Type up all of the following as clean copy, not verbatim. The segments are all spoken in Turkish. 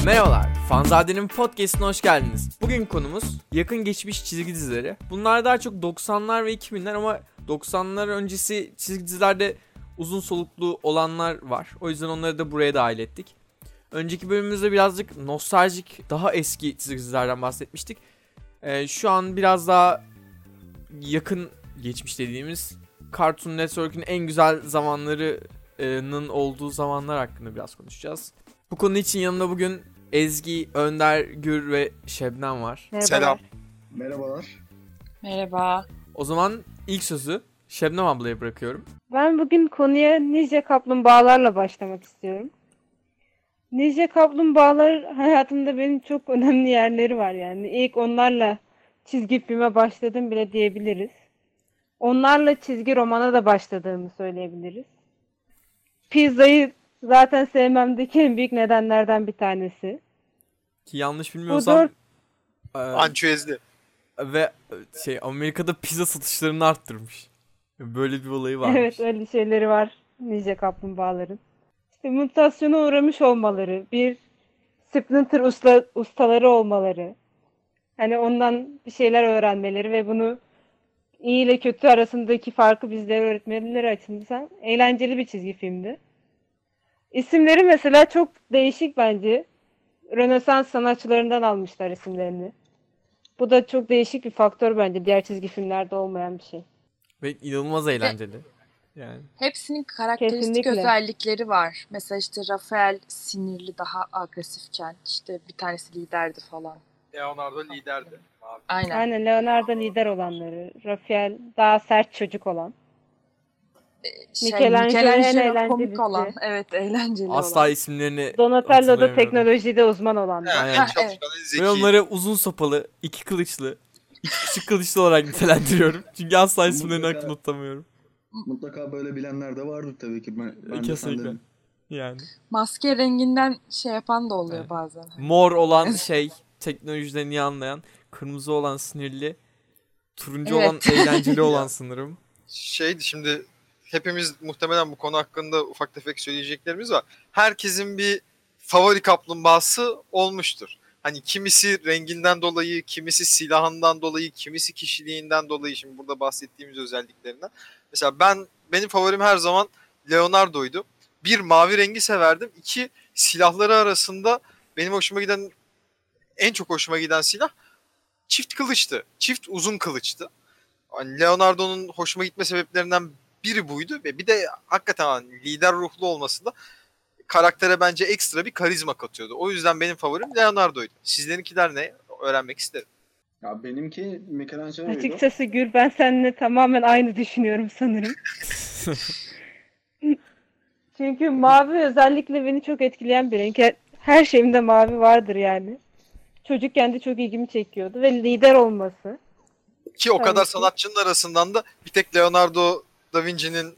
Merhabalar, Fanzade'nin podcast'ine hoş geldiniz. Bugün konumuz yakın geçmiş çizgi dizileri. Bunlar daha çok 90'lar ve 2000'ler ama 90'lar öncesi çizgi dizilerde uzun soluklu olanlar var. O yüzden onları da buraya dahil ettik. Önceki bölümümüzde birazcık nostaljik, daha eski çizgi dizilerden bahsetmiştik. Şu an biraz daha yakın geçmiş dediğimiz Cartoon Network'ün en güzel zamanlarının olduğu zamanlar hakkında biraz konuşacağız. Bu konu için yanımda bugün Ezgi, Önder, Gür ve Şebnem var. Merhabalar. Selam. Merhabalar. Merhaba. O zaman ilk sözü Şebnem ablaya bırakıyorum. Ben bugün konuya Ninja Kaplumbağalarla başlamak istiyorum. Ninja Kaplumbağalar hayatımda benim çok önemli yerleri var yani. İlk onlarla çizgi filme başladım bile diyebiliriz. Onlarla çizgi romana da başladığımı söyleyebiliriz. Pizzayı zaten sevmemdeki en büyük nedenlerden bir tanesi. Ki yanlış bilmiyorsam Ançüezli. ve Amerika'da pizza satışlarını arttırmış. Böyle bir olayı varmış. Evet, öyle şeyleri var Ninja Kaplumbağaların. İşte mutasyona uğramış olmaları, bir Splinter ustaları olmaları, hani ondan bir şeyler öğrenmeleri ve bunu iyi ile kötü arasındaki farkı bizlere öğretmeleri açısından eğlenceli bir çizgi filmdi. İsimleri mesela çok değişik bence. Rönesans sanatçılarından almışlar isimlerini. Bu da çok değişik bir faktör bence. Diğer çizgi filmlerde olmayan bir şey. Ve inanılmaz eğlenceli. Yani. Hepsinin karakteristik Kesinlikle. özellikleri var. Mesela işte Rafael sinirli, daha agresifken işte bir tanesi liderdi falan. Leonardo liderdi. Abi. Aynen. Aynen, Leonardo lider olanları. Rafael daha sert çocuk olan. Michelangelo en Michelangelo komik eğlencelisi. olan. Evet, eğlenceli Asla olan. isimlerini Donatello da hatırlayamıyorum. teknolojide uzman olanlar. Aynen. En çalışkan, en zeki. Ve onları uzun sopalı, iki kılıçlı, iki küçük kılıçlı olarak nitelendiriyorum. Çünkü asla isimlerini Mutlaka- aklımda tutamıyorum. Mutlaka böyle bilenler de vardır tabii ki. Ben de Kesinlikle. sanırım. Yani. Maske renginden şey yapan da oluyor Evet. bazen. Mor olan teknolojiden iyi anlayan, kırmızı olan sinirli, turuncu Evet. olan eğlenceli olan sanırım. Şimdi hepimiz muhtemelen bu konu hakkında ufak tefek söyleyeceklerimiz var. Herkesin bir favori kaplumbağası olmuştur. Hani kimisi renginden dolayı, kimisi silahından dolayı, kimisi kişiliğinden dolayı, şimdi burada bahsettiğimiz özelliklerinden. Mesela benim favorim her zaman Leonardo'ydu. Bir, mavi rengi severdim. İki, silahları arasında benim en çok hoşuma giden silah çift kılıçtı. Çift uzun kılıçtı. Hani Leonardo'nun hoşuma gitme sebeplerinden biri buydu ve bir de hakikaten hani lider ruhlu olması da karaktere bence ekstra bir karizma katıyordu. O yüzden benim favorim Leonardo'ydu. Sizlerinkiler ne? Öğrenmek isterim. Ya benimki Michelangelo'ydu. Açıkçası Gül, ben seninle tamamen aynı düşünüyorum sanırım. Çünkü mavi özellikle beni çok etkileyen bir renk. Her şeyimde mavi vardır yani. Çocukken de çok ilgimi çekiyordu ve lider olması. Ki o Tabii kadar ki. sanatçının arasından da bir tek Leonardo da Vinci'nin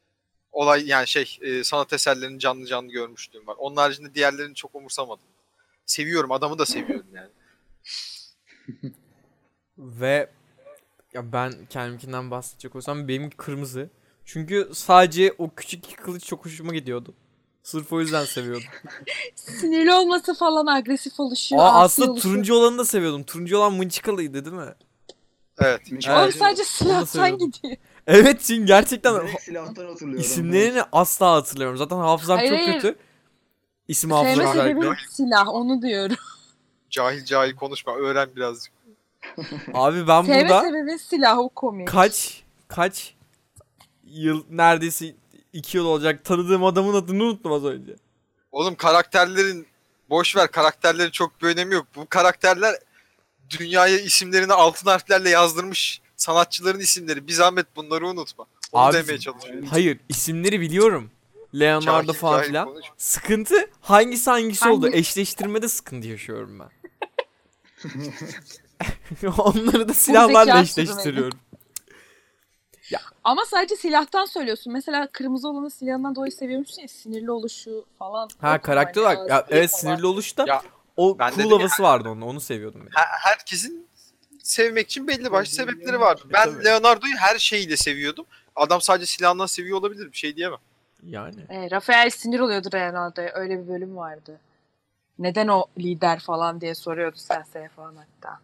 sanat eserlerini canlı canlı görmüşlüğüm var. Onun haricinde diğerlerini çok umursamadım. Seviyorum, adamı da seviyorum yani. Ve ya ben kendimkinden bahsedecek olsam benim kırmızı. Çünkü sadece o küçük iki kılıç çok hoşuma gidiyordu. Sırf o yüzden seviyordum. Sinirli olması falan, agresif oluşu, asi Aslında oluşu. turuncu olanı da seviyordum. Turuncu olan mınçıkalıydı değil mi? Evet. Oğlum Michelangelo. sadece Onu da silahtan seviyordum. gidiyor. Evet, çünkü gerçekten Direkt silahtan hatırlıyorum. isimlerini asla hatırlamıyorum. Zaten hafızam Hayır, çok hayır. kötü. İsim hafızam Sevme özellikle. sebebim silah, onu diyorum. Cahil konuşma, öğren birazcık. Abi ben Sevme burada sebebim silah, o komik. kaç yıl, neredeyse 2 yıl olacak, tanıdığım adamın adını unuttum az önce. Oğlum boş ver, karakterlerin çok bir önemi yok. Bu karakterler dünyaya isimlerini altın harflerle yazdırmış sanatçıların isimleri. Bir zahmet bunları unutma. Onu Abi, demeye çalışıyorum. Hayır, isimleri biliyorum. Leonardo falan Cahil filan. konuşma. Sıkıntı hangisi oldu? Hangi- Eşleştirmede sıkıntı yaşıyorum ben. Onları da silahlarla zeka eşleştiriyorum. Ama sadece silahtan söylüyorsun. Mesela kırmızı olanın silahından dolayı seviyormuşsun ya, sinirli oluşu falan. Ha, O karakter yani, olarak. Ya, ağzı evet, falan. sinirli oluşta Ya, o ben cool dedim ya, havası vardı onun. Onu seviyordum ben. Herkesin sevmek için belli başlı sebepleri var. Ben Tabii. Leonardo'yu her şeyiyle seviyordum. Adam sadece silahından seviyor olabilir, bir şey diyemem. Yani. Rafael sinir oluyordu Leonardo'ya. Öyle bir bölüm vardı. Neden o lider falan diye soruyordu Sensei'ye falan hatta.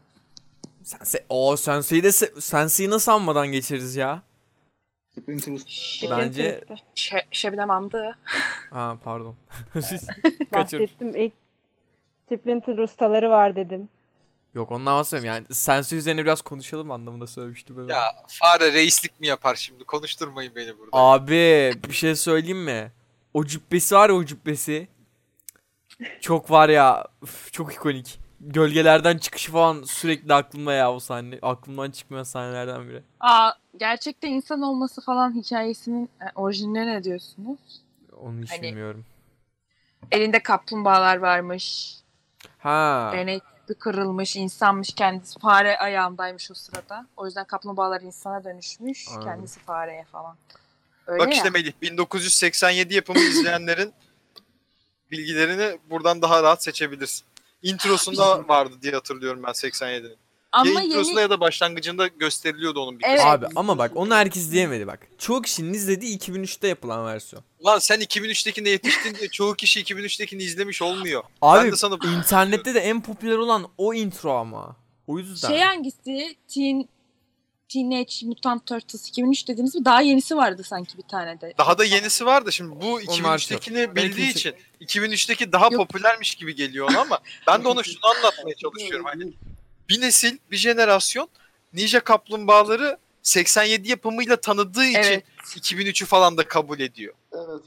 Sensei'yi nasıl anmadan geçeriz ya? Splinter Usta. Bence... Şebnem andı. Ha pardon. Kaçırdım. Bahsettim ilk Splinter ustaları var dedim. Yok ondan bahsetmiyorum yani. Sensei üzerine biraz konuşalım anlamında söylemiştim ben. Ya fare reislik mi yapar şimdi? Konuşturmayın beni burada. Abi bir şey söyleyeyim mi? O cübbesi var ya o cübbesi. Çok var ya. Çok ikonik. Gölgelerden çıkışı falan sürekli aklımda ya o sahne. Aklımdan çıkmayan sahnelerden biri. Gerçekte insan olması falan hikayesinin orijinaline ne diyorsunuz? Onu hiç Hani- bilmiyorum. Elinde kaplumbağalar varmış. Ha. Denekli kırılmış, insanmış kendisi. Fare ayağındaymış o sırada. O yüzden kaplumbağalar insana dönüşmüş. Anladım. Kendisi fareye falan. Öyle Bak ya. işte Melih 1987 yapımı izleyenlerin bilgilerini buradan daha rahat seçebilirsin. Introsunda vardı diye hatırlıyorum ben 87'nin. Ama Ya introsunda yeni... ya da başlangıcında gösteriliyordu onun bir Evet. kısmı. Abi ama bak onu herkes diyemedi bak. Çoğu kişinin izlediği 2003'te yapılan versiyon. Ulan sen 2003'tekine yetiştin diye çoğu kişi 2003'tekini izlemiş olmuyor. Abi Ben de sana internette de en popüler olan o intro ama. O yüzden. Şey hangisi? Teenage Mutant Turtles 2003 dediğiniz bir daha yenisi vardı sanki bir tane de. daha da yenisi var da şimdi bu Onlar 2003'tekini çok. bildiği Belki için 2003'teki daha Yok. popülermiş gibi geliyor ona ama ben de ona şunu anlatmaya çalışıyorum. Hani bir nesil, bir jenerasyon Ninja Kaplumbağaları 87 yapımıyla tanıdığı için Evet. 2003'ü falan da kabul ediyor. Evet.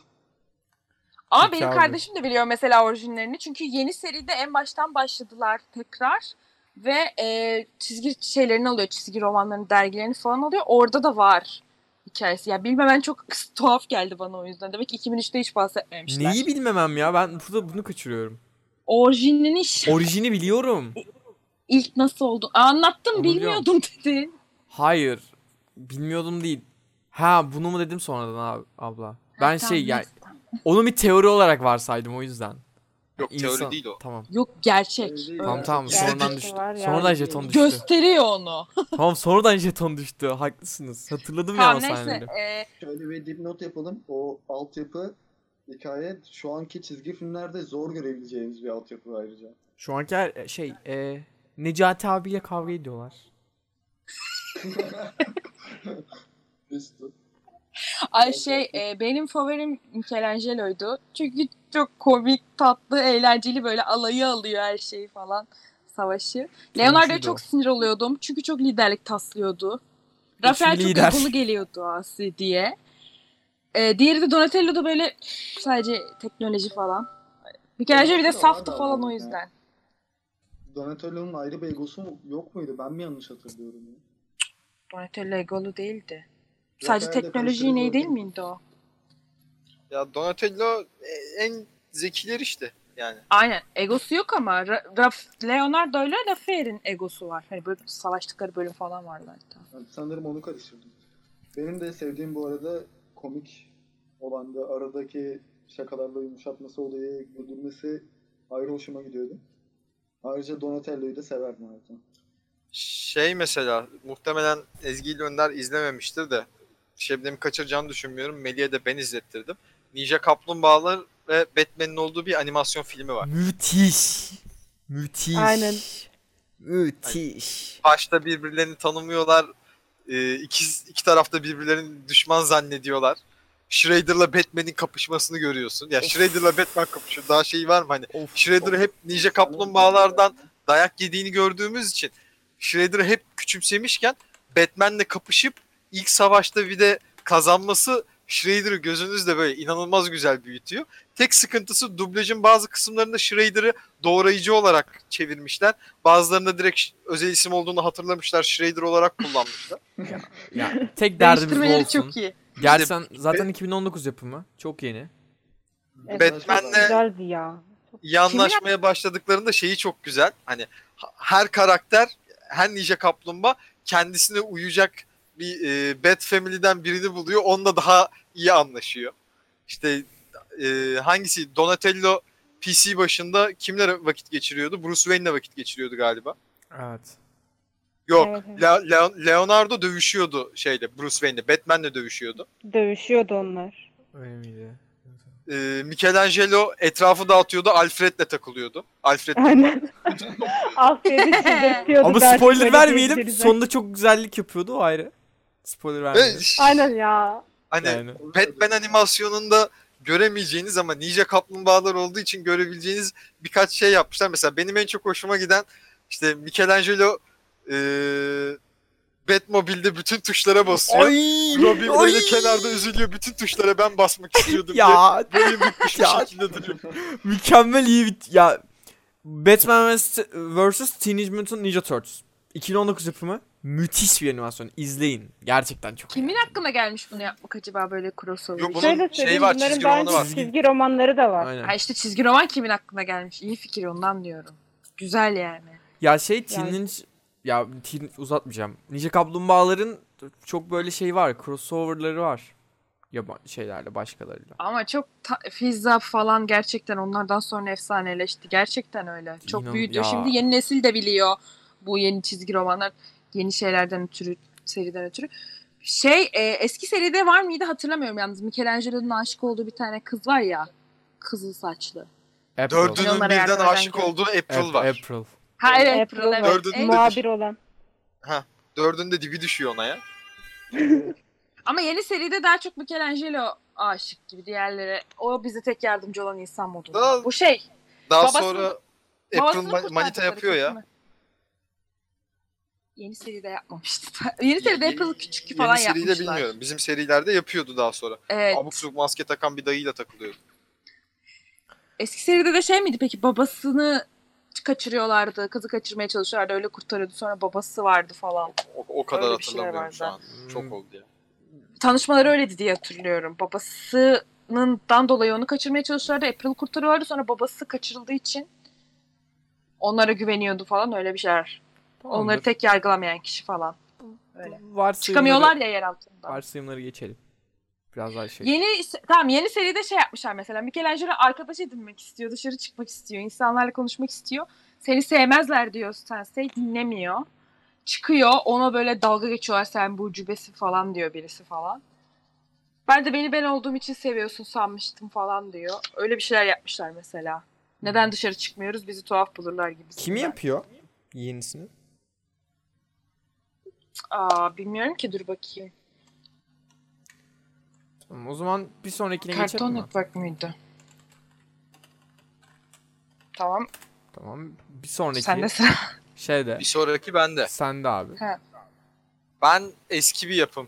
Ama Peki benim abi. kardeşim de biliyor mesela orijinlerini. Çünkü yeni seride en baştan başladılar tekrar. Ve çizgi şeylerini alıyor. Çizgi romanlarını, dergilerini falan alıyor. Orada da var hikayesi. Ya bilmemen çok tuhaf geldi bana o yüzden. Demek ki 2003'te hiç bahsetmemişler. Neyi bilmemem ya ben burada bunu kaçırıyorum. Orijinini Orijini biliyorum. ilk nasıl oldu? Anlattım Onu bilmiyordum dedin. Hayır. Bilmiyordum değil. Ha bunu mu dedim sonradan abla. Ben Tamam, şey yani neyse, tamam. onu bir teori olarak varsaydım o yüzden. Yok İnsan- teori değil o. Tamam. Yok gerçek. Öyle değil. Öyle. Tamam tamam İzledik. sonradan Gerçekte düştü. var ya. Sonradan jeton düştü. Gösteriyor onu. Tamam sonradan jeton düştü. Haklısınız. Hatırladım ya Tamam o neyse. sahneleri. Şöyle bir dipnot yapalım. O altyapı hikaye şu anki çizgi filmlerde zor görebileceğimiz bir altyapı ayrıca. Şu anki Necati abiyle kavga ediyorlar. Üstü. Ay benim favorim Michelangelo'ydu. Çünkü çok komik, tatlı, eğlenceli böyle alayı alıyor her şeyi falan savaşı. Leonardo'ya Komşuydu çok o. sinir oluyordum. Çünkü çok liderlik taslıyordu. Rafael çok lider. egolu geliyordu Asi diye. Diğeri de Donatello da böyle sadece teknoloji falan. Michelangelo bir de Donatello saftı vardı falan ama o ya. yüzden. Donatello'nun ayrı bir egosu yok muydu? Ben mi yanlış hatırlıyorum ya? Donatello egolu değildi. Sadece Rafael de teknoloji karıştırıp neyi değil öldü. miydi o? Ya Donatello en zekiler işte yani. Aynen. Egosu yok ama Leonardo ile Rafael'in egosu var. Hani böyle savaştıkları bölüm falan vardı hatta. Yani sanırım onu karıştırdım. Benim de sevdiğim bu arada komik olan da aradaki şakalarla yumuşatması olayı güldürmesi ayrı hoşuma gidiyordu. Ayrıca Donatello'yu da severdim zaten. Şey mesela muhtemelen Ezgi ile Önder izlememiştir de Şebnem'i kaçıracağını düşünmüyorum. Melih'e de ben izlettirdim. Ninja Kaplumbağalar ve Batman'in olduğu bir animasyon filmi var. Müthiş. Müthiş. Aynen. Müthiş. Başta birbirlerini tanımıyorlar. İki tarafta birbirlerini düşman zannediyorlar. Shredder'la Batman'in kapışmasını görüyorsun. Ya Shredder'la Batman kapışıyor. Daha şey var mı hani? Of. Shredder'ı hep Ninja Kaplumbağalardan dayak yediğini gördüğümüz için Shredder'ı hep küçümsemişken Batman'le kapışıp ilk savaşta bir de kazanması Shredder'ı gözünüzde böyle inanılmaz güzel büyütüyor. Tek sıkıntısı dublajın bazı kısımlarında Shredder'ı doğrayıcı olarak çevirmişler. Bazılarında direkt özel isim olduğunu hatırlamışlar. Shredder olarak kullanmışlar. Ya tek derdimiz bu Değiştirmeleri olsun. çok iyi. Gerçekten zaten 2019 yapımı. Çok yeni. Evet, Batman'le- çok güzeldi ya. İyi anlaşmaya başladıklarında şeyi çok güzel. Hani her karakter, her Ninja Kaplumbağa kendisine uyacak bir Bat Family'den birini buluyor. Onunla daha iyi anlaşıyor. İşte hangisi? Donatello PC başında kimle vakit geçiriyordu? Bruce Wayne'le vakit geçiriyordu galiba. Evet. Yok. Evet, evet. Leonardo dövüşüyordu şeyle Bruce Wayne'le. Batman'le dövüşüyordu. Dövüşüyordu onlar. Öyle miydi? Michelangelo etrafı dağıtıyordu. Alfred'le takılıyordu. Alfred Aynen. Alfred'i çizdirtiyordu. Ama belki spoiler böyle vermeyelim. diyebiliriz. Sonunda çok güzellik yapıyordu, o ayrı. Spoiler ve vermeyelim. Aynen ya. hani Yani. Batman animasyonunda göremeyeceğiniz ama Ninja Kaplumbağalar olduğu için görebileceğiniz birkaç şey yapmışlar. Mesela benim en çok hoşuma giden işte Michelangelo Batmobile'de bütün tuşlara basıyor. Ay, Robin ay. böyle kenarda üzülüyor. Bütün tuşlara ben basmak istiyordum diye. Ya Boyun bükmüş bir Ya. şekilde duruyor. mükemmel iyi bir... Ya Batman vs. Teenage Mutant Ninja Turtles 2019 yapımı, müthiş bir animasyon. İzleyin. Gerçekten çok Kimin iyi. hakkında gelmiş bunu yapmak acaba böyle crossover? Yok, bunun Şöyle şey söyleyeyim, var, bunların çizgi romanı bence var. çizgi romanları da var. Aynen. Ha işte çizgi roman kimin hakkında gelmiş? İyi fikir, ondan diyorum. Güzel yani. Ya uzatmayacağım. Ninja Kaplumbağaların çok böyle şey var. Crossover'ları var. Şeylerle, başkalarıyla. Ama çok Fizzap falan gerçekten onlardan sonra efsaneleşti. Gerçekten öyle. Çok İnan- büyüdü. ya. Şimdi yeni nesil de biliyor bu yeni çizgi romanlar. Yeni şeylerden ötürü, seriden ötürü. Eski seride var mıydı hatırlamıyorum yalnız. Michelangelo'nun aşık olduğu bir tane kız var ya. Kızıl saçlı. April. Dördünün Onlara yardım birden eden aşık kim? olduğu April var. April. Ha evet. April evet. var. Dördünün de Muhabir olan. Dördünde dibi düşüyor ona ya. Ama yeni seride daha çok Michelangelo aşık gibi diğerlere. O bize tek yardımcı olan insan modunda. Daha- Bu şey. Daha Babasını- sonra April babasını manita kurtardıkları yapıyor ya. kısmı. Yeni seride yapmamıştı. Yeni seride Ye- April küçük falan Yeni seriyle yapmışlar. bilmiyorum. Bizim serilerde yapıyordu daha sonra. Evet. Abuk subuk maske takan bir dayıyla takılıyordu. Eski seride de şey miydi peki, babasını kaçırıyorlardı. Kızı kaçırmaya çalışıyorlardı. Öyle kurtarıyordu. Sonra babası vardı falan. O kadar Öyle bir şeyler hatırlamıyorum şu an. vardı. Çok oldu ya. Tanışmaları öyleydi diye hatırlıyorum. Babasından dolayı onu kaçırmaya çalışıyorlardı. April kurtarıyorlardı. Sonra babası kaçırıldığı için onlara güveniyordu falan, öyle bir şeyler. Tamamdır. Onları tek yargılamayan kişi falan. Öyle. Varsayımları- Çıkamıyorlar ya yer altından. Varsayımları geçelim. Biraz daha şey. Yeni seride şey yapmışlar mesela. Michelangelo arkadaş edinmek istiyor. Dışarı çıkmak istiyor. İnsanlarla konuşmak istiyor. Seni sevmezler diyor Sensei. Dinlemiyor. Çıkıyor. Ona böyle dalga geçiyorlar. Sen bu ucubesi falan diyor birisi falan. Ben de beni ben olduğum için seviyorsun sanmıştım falan diyor. Öyle bir şeyler yapmışlar mesela. Neden dışarı çıkmıyoruz? Bizi tuhaf bulurlar gibi. Kim yapıyor yenisini? Bilmiyorum ki, dur bakayım. Tamam, o zaman bir sonrakine geçelim Cartoon mi? Network muydu? Tamam. Tamam. Bir sonraki Sen de sıra. şeyde. Bir sonraki bende. Sende abi. Ben eski bir yapım.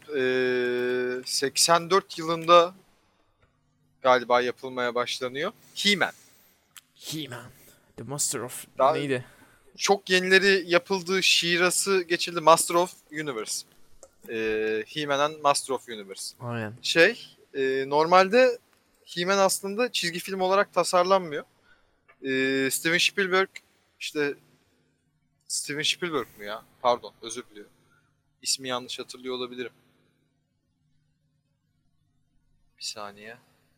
84 yılında galiba yapılmaya başlanıyor. He-Man. He-Man. The Master of... Daha- Neydi? Çok yenileri yapıldı. Şirası geçildi. Master of Universe. He-Man'ın Master of Universe. Aynen. Normalde He-Man aslında çizgi film olarak tasarlanmıyor. Steven Spielberg Steven Spielberg mu ya? Pardon, özür diliyorum. İsmi yanlış hatırlıyor olabilirim. Bir saniye.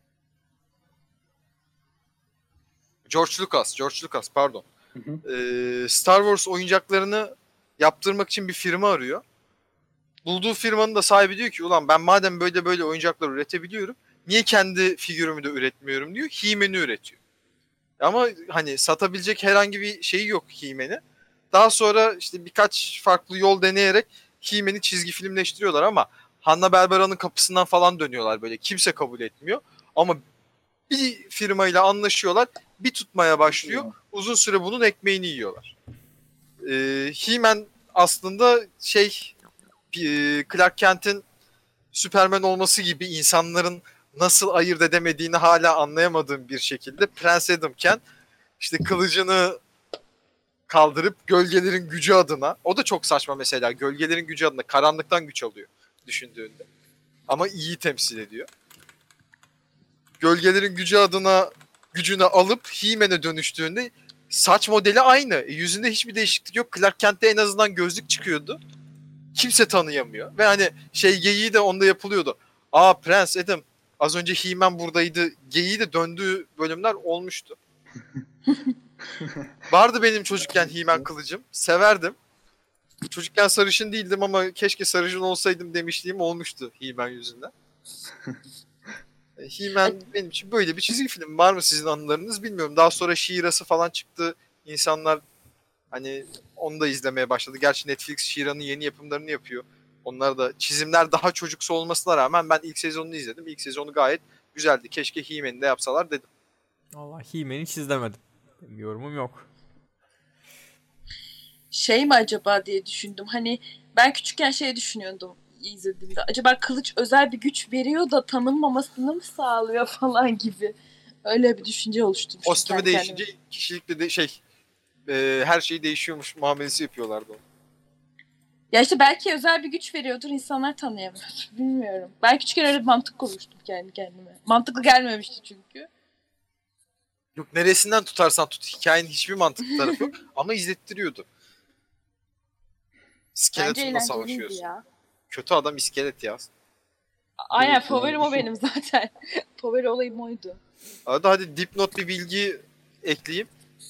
George Lucas pardon. Star Wars oyuncaklarını yaptırmak için bir firma arıyor. Bulduğu firmanın da sahibi diyor ki ulan ben madem böyle oyuncaklar üretebiliyorum niye kendi figürümü de üretmiyorum diyor. He-Man'i üretiyor. Ama hani satabilecek herhangi bir şeyi yok He-Man'i. Daha sonra işte birkaç farklı yol deneyerek He-Man'i çizgi filmleştiriyorlar ama Hanna-Barbara'nın kapısından falan dönüyorlar böyle. Kimse kabul etmiyor. Ama bir firmayla anlaşıyorlar. Bir tutmaya başlıyor. Uzun süre bunun ekmeğini yiyorlar. He-Man aslında Clark Kent'in Superman olması gibi insanların nasıl ayırt edemediğini hala anlayamadığım bir şekilde Prens Adamken işte kılıcını kaldırıp gölgelerin gücü adına, o da çok saçma mesela, gölgelerin gücü adına karanlıktan güç alıyor düşündüğünde. Ama iyi temsil ediyor. Gölgelerin gücü adına gücünü alıp He-Man'e dönüştüğünde saç modeli aynı. Yüzünde hiçbir değişiklik yok. Clark Kent'te en azından gözlük çıkıyordu. Kimse tanıyamıyor. Ve hani geyiği de onda yapılıyordu. Prens Adam az önce He-Man buradaydı. Geyiği de döndüğü bölümler olmuştu. Vardı benim çocukken He-Man kılıcım. Severdim. Çocukken sarışın değildim ama keşke sarışın olsaydım demişliğim olmuştu He-Man yüzünden. He-Man benim için böyle bir çizgi film. Var mı sizin anılarınız bilmiyorum. Daha sonra She-Ra'sı falan çıktı. İnsanlar hani onu da izlemeye başladı. Gerçi Netflix She-Ra'nın yeni yapımlarını yapıyor. Onlar da çizimler daha çocuksu olmasına rağmen ben ilk sezonunu izledim. İlk sezonu gayet güzeldi. Keşke He-Man'i de yapsalar dedim. Allah, He-Man'i hiç izlemedim. Benim yorumum yok. Şey mi acaba diye düşündüm. Hani ben küçükken şey düşünüyordum izlediğimde. Acaba kılıç özel bir güç veriyor da tanınmamasını mı sağlıyor falan gibi. Öyle bir düşünce oluşturmuştum. Kostümü kendi değişince kendime. kişilikle de her şey değişiyormuş muamelesi yapıyorlardı onu. Ya işte belki özel bir güç veriyordur, insanlar tanıyamıyor. Bilmiyorum. Ben küçükken öyle bir mantık kurmuştum kendi kendime. Mantıklı gelmemişti çünkü. Yok, neresinden tutarsan tut. Hikayenin hiçbir mantıklı tarafı yok. Ama izlettiriyordu. Bence İskeletonla eğlenceliydi savaşıyorsun. ya. Kötü adam iskelet ya. Aynen, Evet, favorim yani o benim zaten. Favori olayım oydu. Arada hadi dipnot bir bilgi ekleyeyim.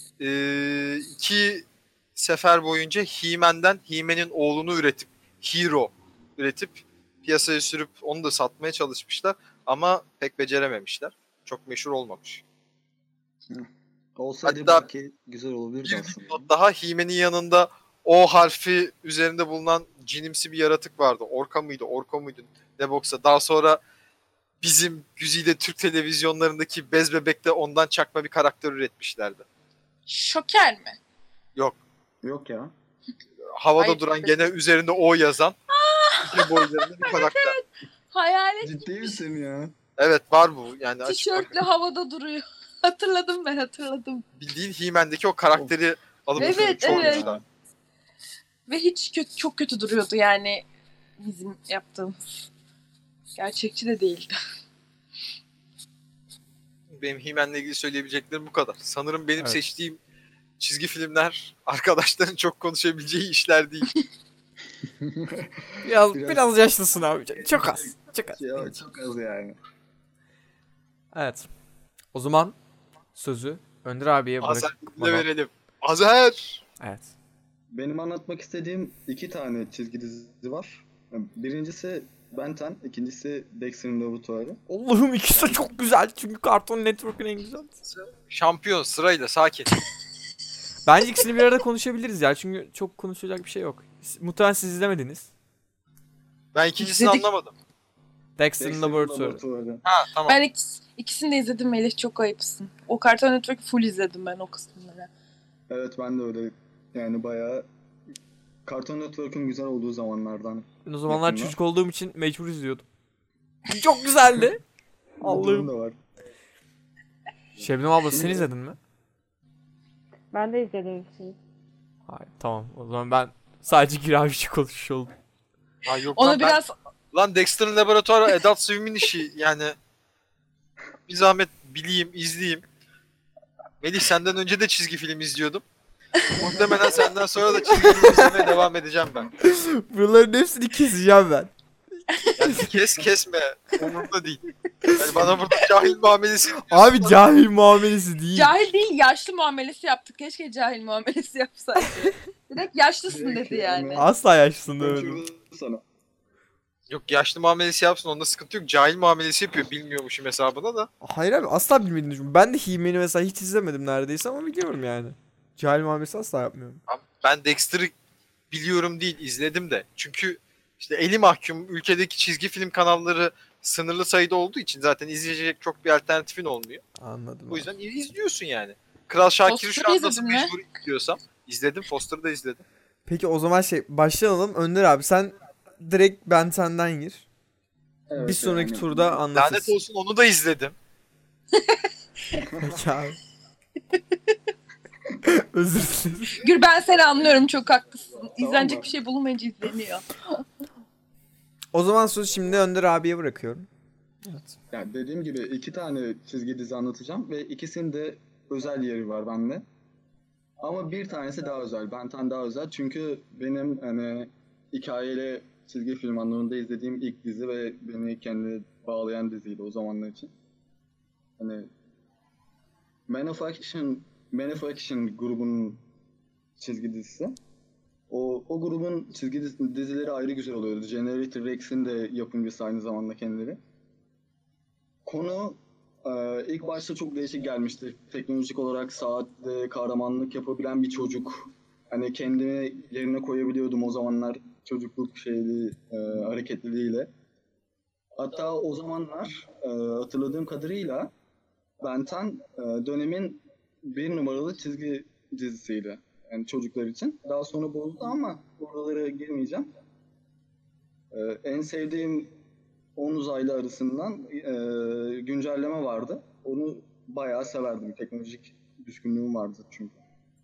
2 sefer boyunca He-Man'in oğlunu üretip Hero üretip piyasaya sürüp onu da satmaya çalışmışlar ama pek becerememişler. Çok meşhur olmamış. Olsaydı Hatta belki güzel olabilirdi bir aslında. dipnot daha, He-Man'in yanında O harfi üzerinde bulunan cinimsi bir yaratık vardı. Orka mıydı, Orko muydu ne boksa. Daha sonra bizim güzide Türk televizyonlarındaki Bez Bebek'te ondan çakma bir karakter üretmişlerdi. Şoker mi? Yok. Yok ya. Havada Ay, duran, gene üzerinde O yazan ince boylarında bir karakter. Hayalet Ciddi misin ya? Evet, var bu. Yani açık bak. tişörtle havada duruyor. Hatırladım. Bildiğin He-Man'deki o karakteri alıp Evet, koymuşlar. Ve hiç çok kötü duruyordu yani bizim yaptığımız. Gerçekçi de değildi. Benim He-Man'le ilgili söyleyebileceklerim bu kadar. Sanırım benim Evet. seçtiğim çizgi filmler arkadaşların çok konuşabileceği işler değil. Biraz yaşlısın abi. Çok az. Çok az. Ya çok az yani. Evet. O zaman sözü Önder abiye Azer bırakmadan. verelim. Azer! Evet. Benim anlatmak istediğim 2 tane çizgi dizi var. Birincisi Ben 10, ikincisi Dexter'in Laboratuvarı. Allah'ım, ikisi de çok güzel çünkü Cartoon Network'ün en güzel. Şampiyon sırayla, sakin. Bence ikisini bir arada konuşabiliriz ya, çünkü çok konuşacak bir şey yok. Muhtemelen siz izlemediniz. Ben ikincisini İzledik. anlamadım. Dexter'ın Laboratuvarı. Laboratuvarı. Ha, tamam. Ben ikisini de izledim Melih, çok ayıpsın. O Cartoon Network full izledim ben o kısımları. Evet, ben de öyle. Yani bayağı Cartoon Network'ün güzel olduğu zamanlardan. Ben o zamanlar Yakında. çocuk olduğum için mecbur izliyordum. Çok güzeldi. Bu durum Allah'ım. da var. Şebnem abla, sen izledin mi? Ben de izledim şimdi. Hayır, tamam. O zaman ben sadece Giraviç'i konuşmuş oldum. Ha, yok Onu lan, biraz lan Dexter'ın Laboratuvarı Adult Swim'in işi yani. Bir zahmet bileyim, izleyeyim. Melih, senden önce de çizgi film izliyordum. Muhtemelen senden sonra da çizgi film izlemeye devam edeceğim ben. Buraların hepsini keseceğim ben. Yani kesme. Umurumda değil. Yani bana burada cahil muamelesi yapıyorsun. Abi cahil muamelesi değil. cahil değil, yaşlı muamelesi yaptık. Keşke cahil muamelesi yapsaydı. Direkt yaşlısın Direkt dedi yani. Asla yaşlısın Ben demedim. şurada sana. Yok, yaşlı muamelesi yapsın, onda sıkıntı yok. Cahil muamelesi yapıyor bilmiyormuşum hesabına da. Hayır abi, asla bilmediğini düşünüyorum. Ben de He-Man'i mesela hiç izlemedim neredeyse ama biliyorum yani. Cahil muamelesi asla yapmıyorum. Abi, ben Dexter'ı biliyorum değil, izledim de. Çünkü işte eli mahkum, ülkedeki çizgi film kanalları sınırlı sayıda olduğu için zaten izleyecek çok bir alternatifin olmuyor. Anladım. O yüzden izliyorsun yani. Kral Şakir'i şu Foster'ı an nasıl izledin mi? mecbur izliyorsam izledim. Foster'ı da izledim. Peki o zaman başlayalım. Önder abi, sen direkt Ben 10'den gir. Evet, Bir sonraki yani. turda Lanet anlatırız. olsun, onu da izledim. Peki abi. Özür dilerim. Gür, ben seni anlıyorum, çok haklısın. İzlenecek mı? bir şey bulunmayınca izleniyor. O zaman sözü şimdi Önder abiye bırakıyorum. Evet. Yani dediğim gibi 2 tane çizgi dizi anlatacağım ve ikisinin de özel yeri var bende. Ama bir tanesi daha özel. Ben 10 daha özel çünkü benim hani hikayeli çizgi film anlamında izlediğim ilk dizi ve beni kendine bağlayan diziydi o zamanlar için. Hani Man of Action grubunun çizgi dizisi. O grubun çizgi dizileri ayrı güzel oluyordu. Generator Rex'in de yapımcısı aynı zamanda kendileri. Konu ilk başta çok değişik gelmişti. Teknolojik olarak saatte kahramanlık yapabilen bir çocuk. Hani kendimi yerine koyabiliyordum o zamanlar çocukluk hareketliliğiyle. Hatta o zamanlar hatırladığım kadarıyla Ben 10 dönemin bir numaralı çizgi dizisiydi. Yani çocuklar için. Daha sonra bozuldu ama oralara girmeyeceğim. En sevdiğim 10 uzaylı arasından güncelleme vardı. Onu bayağı severdim. Teknolojik düşkünlüğüm vardı çünkü.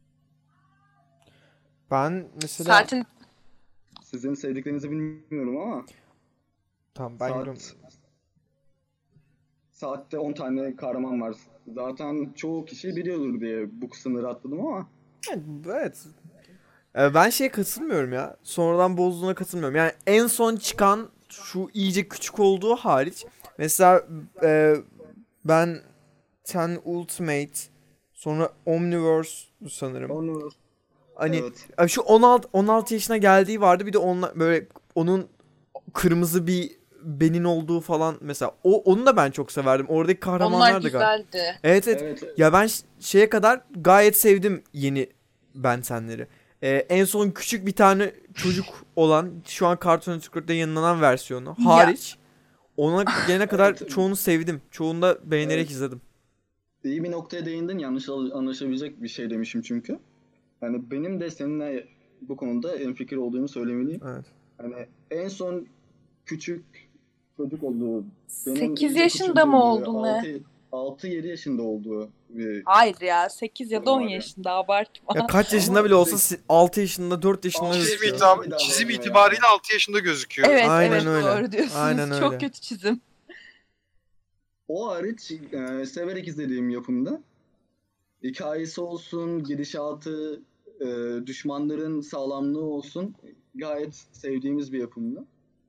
Ben mesela... Saatin Sizin sevdiklerinizi bilmiyorum ama Tamam, ben yorum... saatte 10 tane kahraman var. Zaten çoğu kişi biliyordur diye bu sınırı atladım ama Evet. Ben şeye katılmıyorum ya. Sonradan bozduğuna katılmıyorum. Yani en son çıkan şu iyice küçük olduğu hariç. Mesela ben 10 Ultimate, sonra Omniverse sanırım. onu Hani evet. şu 16 yaşına geldiği vardı. Bir de böyle onun kırmızı bir benin olduğu falan mesela. Onu da ben çok severdim. Oradaki onlar kahramanlar da gayet. güzeldi. Evet. Evet. Ya ben şeye kadar gayet sevdim yeni Ben 10'leri. En son küçük bir tane çocuk olan, şu an Cartoon Network'ta yayınlanan versiyonu hariç ona gelene kadar Evet. çoğunu sevdim. Çoğunu da beğenerek Evet. izledim. İyi bir noktaya değindin. Yanlış anlaşabilecek bir şey demişim çünkü. Yani benim de seninle bu konuda hemfikir olduğumu söylemeliyim. Evet. Hani en son küçük çocuk olduğu, benim 8 iyice yaşında mı küçüldüğümü, oldu ne? 6-7 yaşında olduğu bir Hayır ya, 8 ya da 10 Var ya. yaşında, abartma. Ya kaç yaşında Ama bile olsa 6 yaşında, 4 yaşında Çizim gözüküyor. Çizim Ya. itibariyle 6 yaşında gözüküyor. Evet Aynen evet, öyle. doğru diyorsunuz. Aynen öyle. Çok kötü çizim. O hariç severek izlediğim yapımda. Hikayesi olsun, gidişatı, düşmanların sağlamlığı olsun gayet sevdiğimiz bir yapımdı.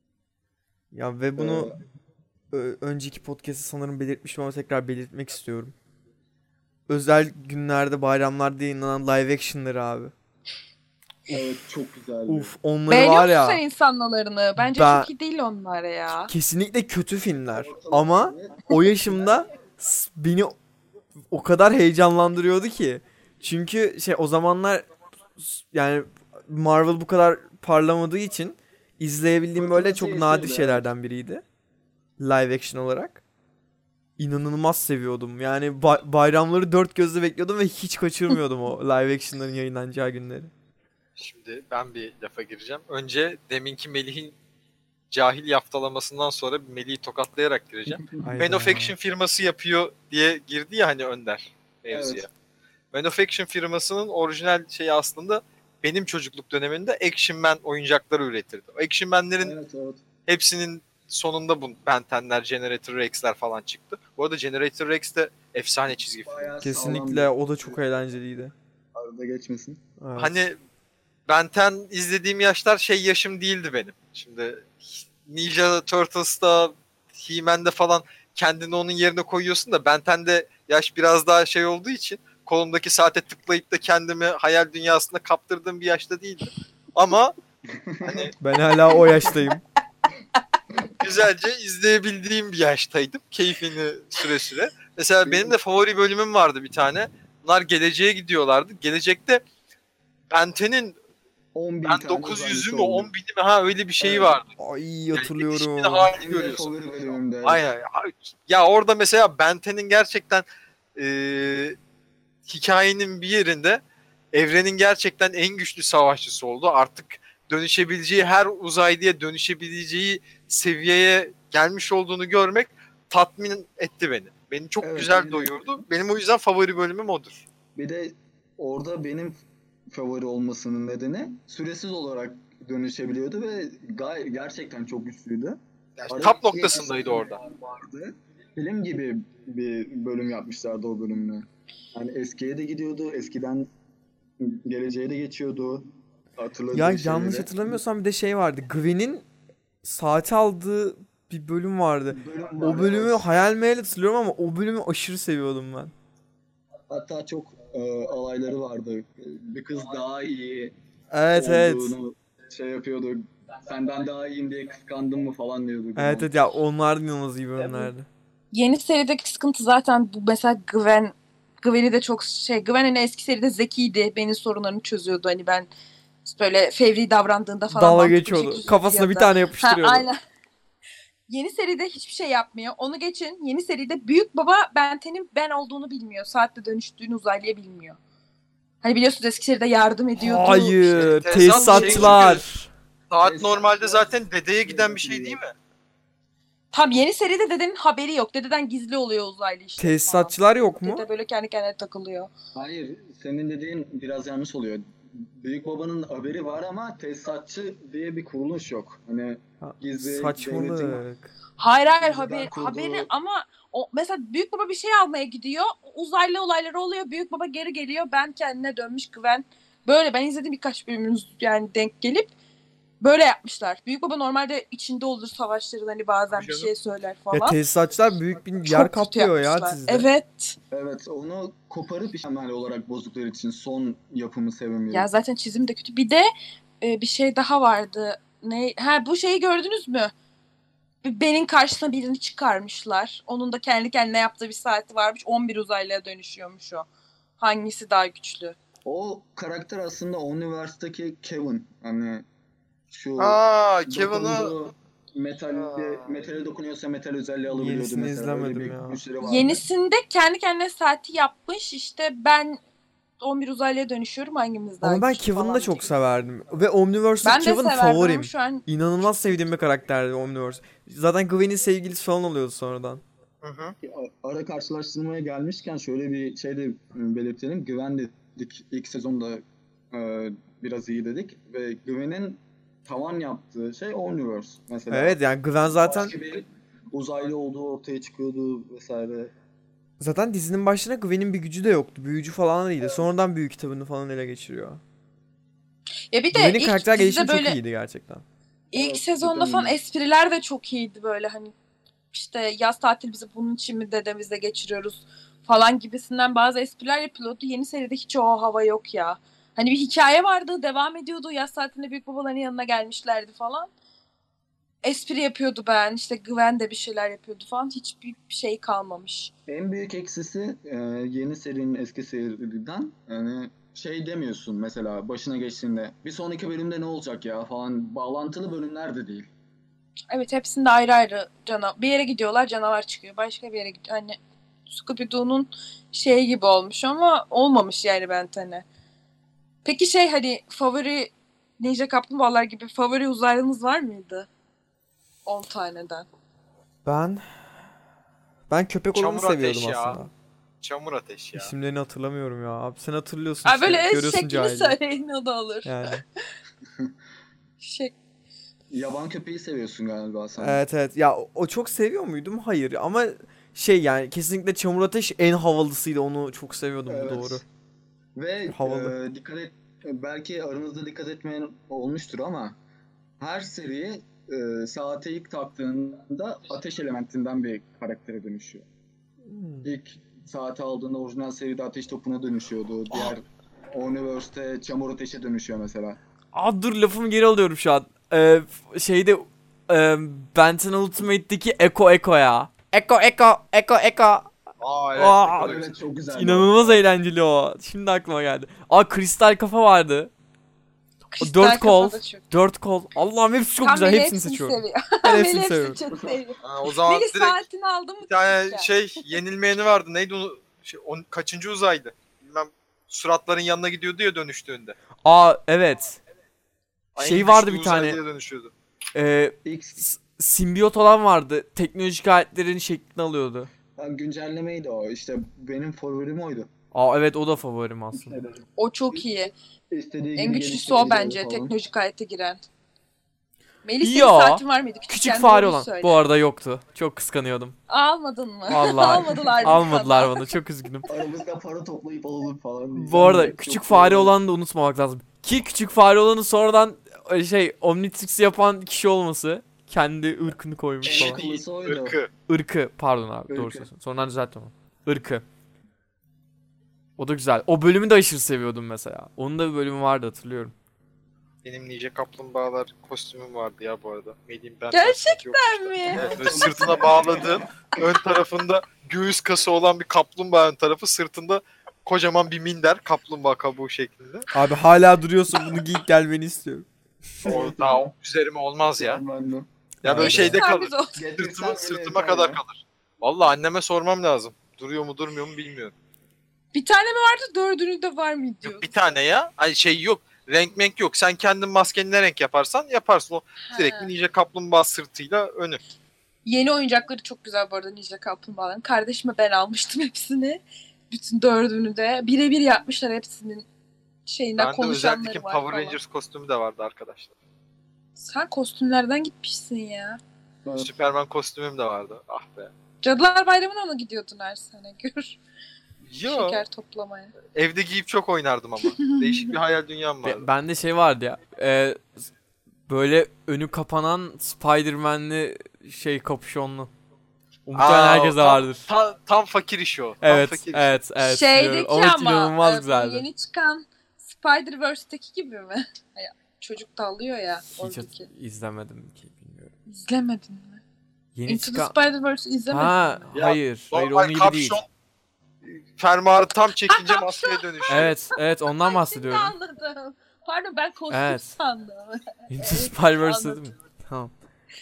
Ya ve bunu Ee, önceki podcast'te sanırım belirtmiştim ama tekrar belirtmek istiyorum. Özel günlerde, bayramlarda yayınlanan live action'ları abi. evet çok güzeldi. Uf, onları Beğeniyor var musun ya. sen insanlarını? Bence Ben çok iyi değil onlar ya. kesinlikle kötü filmler Ortalama ama evet. o yaşımda beni o kadar heyecanlandırıyordu ki. Çünkü o zamanlar yani Marvel bu kadar parlamadığı için izleyebildiğim böyle Fırtına çok seyirciydi, nadir evet. şeylerden biriydi. Live action olarak. İnanılmaz seviyordum. Yani bayramları dört gözle bekliyordum ve hiç kaçırmıyordum o live action'ların yayınlanacağı günleri. Şimdi ben bir lafa gireceğim. Önce deminki Melih'in cahil yaftalamasından sonra Melih'i tokatlayarak gireceğim. Hayda. Man of Action firması yapıyor diye girdi ya hani Önder mevzuya. Evet. Man of Action firmasının orijinal şeyi aslında benim çocukluk döneminde Action Man oyuncakları üretirdi. O Action Man'lerin Evet, evet. hepsinin sonunda bu Ben 10'ler, Generator Rex'ler falan çıktı. Bu arada Generator Rex de efsane çizgi film. Bayağı Kesinlikle sağlamdı. o da çok eğlenceliydi. Arada geçmesin. Evet. Hani Ben 10 izlediğim yaşlar yaşım değildi benim. Şimdi Ninja Turtles'ta, He-Man'de falan kendini onun yerine koyuyorsun da Ben 10'de yaş biraz daha olduğu için kolumdaki saate tıklayıp da kendimi hayal dünyasında kaptırdığım bir yaşta değildim. Ama hani Ben hala o yaştayım. güzelce izleyebildiğim bir yaştaydım. Keyfini süre. Mesela benim de favori bölümüm vardı bir tane. Bunlar geleceğe gidiyorlardı. Gelecekte Ben 10'in 10.000 ben tane 900'ü uzaylısı mü oldu. 10 bini mi öyle bir şeyi Evet. vardı. Ay Yani yetişkin hatırlıyorum. halini Benim de görüyorsun. favori bölümümde. Evet. Aynen. Ya orada mesela Ben 10'in gerçekten hikayenin bir yerinde evrenin gerçekten en güçlü savaşçısı oldu. Artık dönüşebileceği, her uzaylıya dönüşebileceği seviyeye gelmiş olduğunu görmek tatmin etti beni. Beni çok Evet, güzel beni de. doyurdu. Benim o yüzden favori bölümüm odur. Bir de orada benim favori olmasının nedeni süresiz olarak dönüşebiliyordu ve gerçekten çok güçlüydü. Yani Arada tap bir noktasındaydı orada. vardı. Film gibi bir bölüm yapmışlardı o bölümle. Hani eskiye de gidiyordu, eskiden geleceğe de geçiyordu. Hatırladığı Ya şeyleri. yanlış hatırlamıyorsam bir de vardı. Gwen'in saati aldığı bir bölüm vardı. Bölüm O var, bölümü evet. hayal meyal hatırlıyorum ama o bölümü aşırı seviyordum ben. Hatta çok alayları vardı. Bir kız daha iyi Evet. olduğunu yapıyordu. Senden daha iyiyim diye kıskandın mı falan diyordu. Evet ya onlar da inanılmaz iyi bölümlerdi. Yeni serideki sıkıntı zaten bu. Mesela Gwen'i de çok Gwen hani eski seride zekiydi. Benim sorunlarımı çözüyordu. Hani ben böyle fevri davrandığında falan Dalga mantıklı bir geçiyordu. şekilde Kafasına bir çözüyordu. tane yapıştırıyordu. Aynen. Yeni seride hiçbir şey yapmıyor. Onu geçin. Yeni seride büyük baba Benten'in ben olduğunu bilmiyor. Saatte dönüştüğünü uzaylıya bilmiyor. Hani biliyorsunuz eski seride yardım ediyordu. Hayır. Tezat Tesisatçılar. Saat normalde zaten dedeye giden bir şey değil mi? Tam yeni seride dedenin haberi yok. Dededen gizli oluyor uzaylı işte. Tesisatçılar yok Falan. mu? Dede böyle kendi kendine takılıyor. Hayır, senin dediğin biraz yanlış oluyor. Büyük babanın haberi var ama tesisatçı diye bir kuruluş yok. Hani gizli devletin Saçmalık. Hayır Bizden kurduğu- haberi ama o mesela büyük baba bir şey almaya gidiyor. Uzaylı olayları oluyor. Büyük baba geri geliyor. Ben kendine dönmüş Gwen. Böyle ben izledim birkaç bölümünüz yani denk gelip böyle yapmışlar. Büyük baba normalde içinde olur savaşların hani bazen Tabii bir canım. şey söyler Ya falan. tesisatçılar büyük bir Çok yer kötü kaplıyor ya yapmışlar. dizide. Evet. Evet, onu koparıp temel olarak bozdukları için son yapımı sevemiyorum. Ya zaten çizim de kötü. Bir de bir şey daha vardı. Ne? Ha bu şeyi gördünüz mü? Ben'in karşısına birini çıkarmışlar. Onun da kendi kendine yaptığı bir saati varmış. 11 uzaylıya dönüşüyormuş o. Hangisi daha güçlü? O karakter aslında Omniverse'daki Kevin. Hani şu Kevin'ı dokunduğu metale dokunuyorsa metal özelliği alabiliyordu Yenisini mesela. Öyle izlemedim bir ya. güçleri vardı. Yenisinde kendi kendine saati yapmış. İşte ben 11 uzaylıya dönüşüyorum. Hangimiz daha Ama ben güçlü Kevin'i falan de çok diye. severdim. Ve Omniverse'daki Ben de Kevin severdim favorim. ama şu an İnanılmaz sevdiğim bir karakterdi Omniverse. Zaten Gwen'in sevgilisi falan oluyordu sonradan. Hı. Ara karşılaştırmaya gelmişken şöyle bir şey de belirtelim. Güven dedik ilk sezonda biraz iyi dedik ve Güven'in tavan yaptığı şey Omniverse mesela. Evet yani Gwen zaten Başka bir uzaylı olduğu ortaya çıkıyordu vesaire. zaten dizinin başında Gwen'in bir gücü de yoktu. Büyücü falan değildi. Sonradan büyü kitabını falan ele geçiriyor. ya bir de Gwen'in ilk karakter dizide gelişimi çok böyle iyiydi gerçekten. ilk Evet, sezonda cidden falan öyle. espriler de çok iyiydi böyle hani işte yaz tatili bizi bunun için mi dedemizle geçiriyoruz falan gibisinden bazı espriler yapılıyordu. Yeni seride hiç o hava yok ya. Hani bir hikaye vardı, devam ediyordu. Yaz tatilinde büyük babaların yanına gelmişlerdi falan. Espri yapıyordu ben. İşte Gwen de bir şeyler yapıyordu falan. Hiçbir şey kalmamış. En büyük eksisi yeni serinin eski seriden yani şey demiyorsun mesela başına geçtiğinde bir sonraki bölümde ne olacak ya falan bağlantılı bölümler de değil. Evet hepsinde ayrı ayrı bir yere gidiyorlar canavar çıkıyor. Başka bir yere gidiyor. Hani Scooby-Doo'nun şeyi gibi olmuş ama olmamış yani Benten'e. Peki hani favori Ninja Kaplumbağalar gibi favori uzaylınız var mıydı? 10 taneden. Ben köpek olanı Çamur seviyordum ateş ya. aslında. Çamur ateş ya. İsimlerini hatırlamıyorum ya. Abi sen hatırlıyorsun Aa, işte. böyle Görüyorsun şeklini cahilliği. söyleyin o da olur. Yani. Şek Yaban köpeği seviyorsun galiba sen. Evet evet. Ya o çok seviyor muydum? Hayır. Ama şey yani kesinlikle Çamur Ateş en havalısıydı. Onu çok seviyordum. Bu Evet. doğru. Ve Havalı. belki aranızda dikkat etmeyen olmuştur ama her seri saate ilk taktığında ateş elementinden bir karaktere dönüşüyor. İlk saati aldığında orijinal seride ateş topuna dönüşüyordu. Diğer Universe'te çamur ateşe dönüşüyor mesela. Aa dur lafımı geri alıyorum şu an. Şeyde Benton Ultimate'deki Eko ya. Eko. Evet. Aa, Evet, çok güzel. İnanılmaz eğlenceli o. Şimdi aklıma geldi. Aa kristal kafa vardı. Kristal Dört kol. Kafa da çok. 4 kol. Allah'ım hepsi çok Tam güzel. Melih Hepsini seçiyorum. seviyor. Ben Melih hepsini seviyorum. çok seviyor. O zaman Melih direkt saatini aldın mı? bir tane küçükken? yenilmeyeni vardı. Neydi onu? Kaçıncı uzaydı? Bilmem. Suratların yanına gidiyordu ya dönüştüğünde. Aa evet. En Şey güçlü vardı bir tane. uzaylıya dönüşüyordu. İlk Simbiyot olan vardı. Teknolojik aletlerin şeklini alıyordu. güncellemeydi o. İşte benim favorim oydu. Aa evet o da favorim aslında. O çok iyi. İstediği En gibi güçlüsü o bence geliştirebiliyordu falan. teknolojik alete giren. Melih senin Yo, saatin var mıydı? Küçük Küçükken fare doğruyu olan. söyle. Bu arada yoktu. Çok kıskanıyordum. Almadın mı? Vallahi Almadılar mı almadılar sana? bana. Çok üzgünüm. Aramızda para toplayıp alalım falan diye. Bu arada Çok küçük iyi. fare olanı da unutmamak lazım. Ki küçük fare olanı sonradan Omnitrix yapan kişi olması. Kendi ırkını koymuş En falan. akıllısı oydu. Irkı. Irkı pardon abi doğru Irkı. söylüyorsun. Sonradan düzelttim onu. Irkı. O da güzel. O bölümü de aşırı seviyordum mesela. Onun da bir bölümü vardı hatırlıyorum. Benim Ninja Kaplumbağalar kostümüm vardı ya bu arada. Melih'in ben Gerçekten mi? Evet, böyle sırtına bağladığım, ön tarafında göğüs kası olan bir kaplumbağa ön tarafı, sırtında kocaman bir minder kaplumbağa kabuğu şeklinde. Abi hala duruyorsun, bunu giyip gelmeni istiyorum. O daha üzerime olmaz ya. Ben de. Ya böyle Evet. şeyde Sen kalır. biz o- Sırtıma kadar kalır. Vallahi anneme sormam lazım. Duruyor mu durmuyor mu bilmiyorum. Bir tane mi vardı, dördünü de var mı diyor. Yok, bir tane ya. Ay şey yok. Renk menk yok. Sen kendin maskeni ne renk yaparsan yaparsın. O direkt bir ninja kaplumbağa sırtıyla önü. Yeni oyuncakları çok güzel bu arada Ninja Kaplumbağaların. Kardeşime ben almıştım hepsini. Bütün dördünü de. Birebir yapmışlar hepsinin şeyinden, Bende konuşanları özellikle var Power falan. Rangers kostümü de vardı arkadaşlar. Sen kostümlerden gitmişsin ya. Evet. Superman kostümüm de vardı. Ah be. Cadılar Bayramı'na mı gidiyordun her sene? Gör. Yo, Şeker toplamaya. evde giyip çok oynardım ama. Değişik bir hayal dünyam vardı. Bende şey vardı ya. Böyle önü kapanan Spider-Man'li şey kapüşonlu. Muhtemelen herkese tam- vardır. Tam fakir işi o. Tam Evet, fakir işi. evet, evet. Şeydeki biliyorum. Ama ama inanılmaz bu güzeldi. yeni çıkan Spider-Verse'teki gibi mi? Çocuk da alıyor ya Hiç oradaki. izlemedim ki, bilmiyorum. İzlemedin mi? Yeni Into the çıkan... Spider-Verse'ü izlemedin Ha, mi? Ya, hayır. Hayır, Normal onun gibi değil. kapşon fermuarı tam çekince maskeye dönüşüyor. Evet, evet, ondan Şimdi bahsediyorum. anladım. Pardon, ben kostüm Evet. sandım. Into Evet, Spider-Verse anladım. dedim mi? Tamam.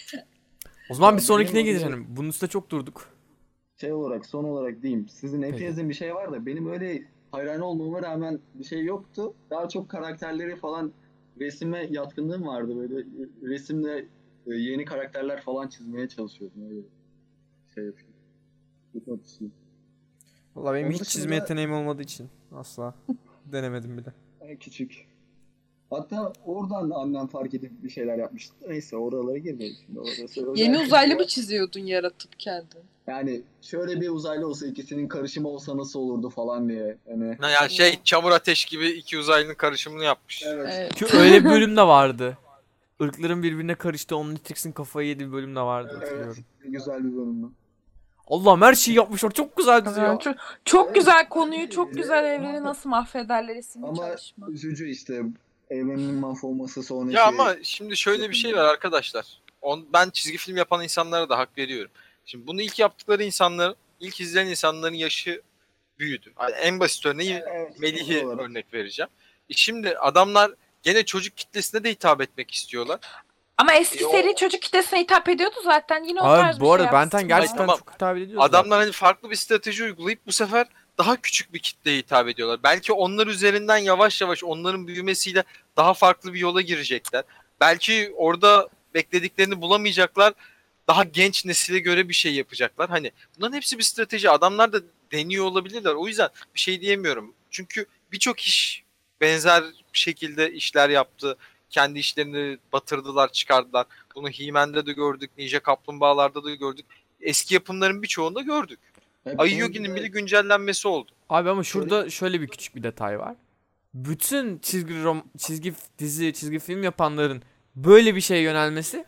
O zaman bir Ya, sonrakine benim geçelim. Bunun üstüne çok durduk. Şey olarak, son olarak diyeyim. Sizin hepinizin bir şey var da benim öyle hayran olmama rağmen bir şey yoktu. Daha çok karakterleri falan, resime yatkınlığım vardı böyle. Resimde yeni karakterler falan çizmeye çalışıyordum öyle. Şey yapayım. Tutmak için. Vallahi benim Onun hiç dışında- çizme yeteneğim olmadığı için asla denemedim bile. Küçük. Hatta oradan annem fark edip bir şeyler yapmıştı. Neyse oralara girmeyelim şimdi. Orası Yeni özel. uzaylı mı çiziyordun yaratıp kendin? Yani şöyle bir uzaylı olsa, ikisinin karışımı olsa nasıl olurdu falan diye. Hani Yani şey çamur ateş gibi iki uzaylının karışımını yapmış. Evet. Ki öyle bir bölüm de vardı. Irkların birbirine karıştı, Omnitrix'in kafayı yediği bir bölüm de vardı, evet, hatırlıyorum. güzel bir bölümdü. Allah'ım, her şeyi yapmışlar. Çok güzel dizi ya. Çok güzel konuyu, çok güzel evreni nasıl mahvederler isimli Ama çalışma. üzücü işte, evrenin mahvolması sonraki. Ya ama şimdi şöyle bir şey var arkadaşlar. Ben çizgi film yapan insanlara da hak veriyorum. Şimdi bunu ilk yaptıkları insanlar, ilk izleyen insanların yaşı büyüdü. Yani en basit örneği Evet, Melih'i doğru. örnek vereceğim. Şimdi adamlar gene çocuk kitlesine de hitap etmek istiyorlar. Ama eski o- seri çocuk kitlesine hitap ediyordu zaten. Yine o tarz Abi bir bu arada şey Benten yapsınlar. gerçekten Tamam. çok hitap ediyor. Adamlar hani farklı bir strateji uygulayıp bu sefer daha küçük bir kitleye hitap ediyorlar. Belki onlar üzerinden yavaş yavaş onların büyümesiyle daha farklı bir yola girecekler. Belki orada beklediklerini bulamayacaklar. Daha genç nesile göre bir şey yapacaklar. Hani bunların hepsi bir strateji. Adamlar da deniyor olabilirler. O yüzden bir şey diyemiyorum. Çünkü birçok iş benzer şekilde işler yaptı. Kendi işlerini batırdılar, çıkardılar. Bunu He-Man'de de gördük, Ninja Kaplumbağalar'da da gördük. Eski yapımların birçoğunda gördük. Hep Ayı onu Yogi'nin da- bile güncellenmesi oldu. Abi ama şurada şöyle bir küçük bir detay var. Bütün çizgi dizi, çizgi film yapanların böyle bir şeye yönelmesi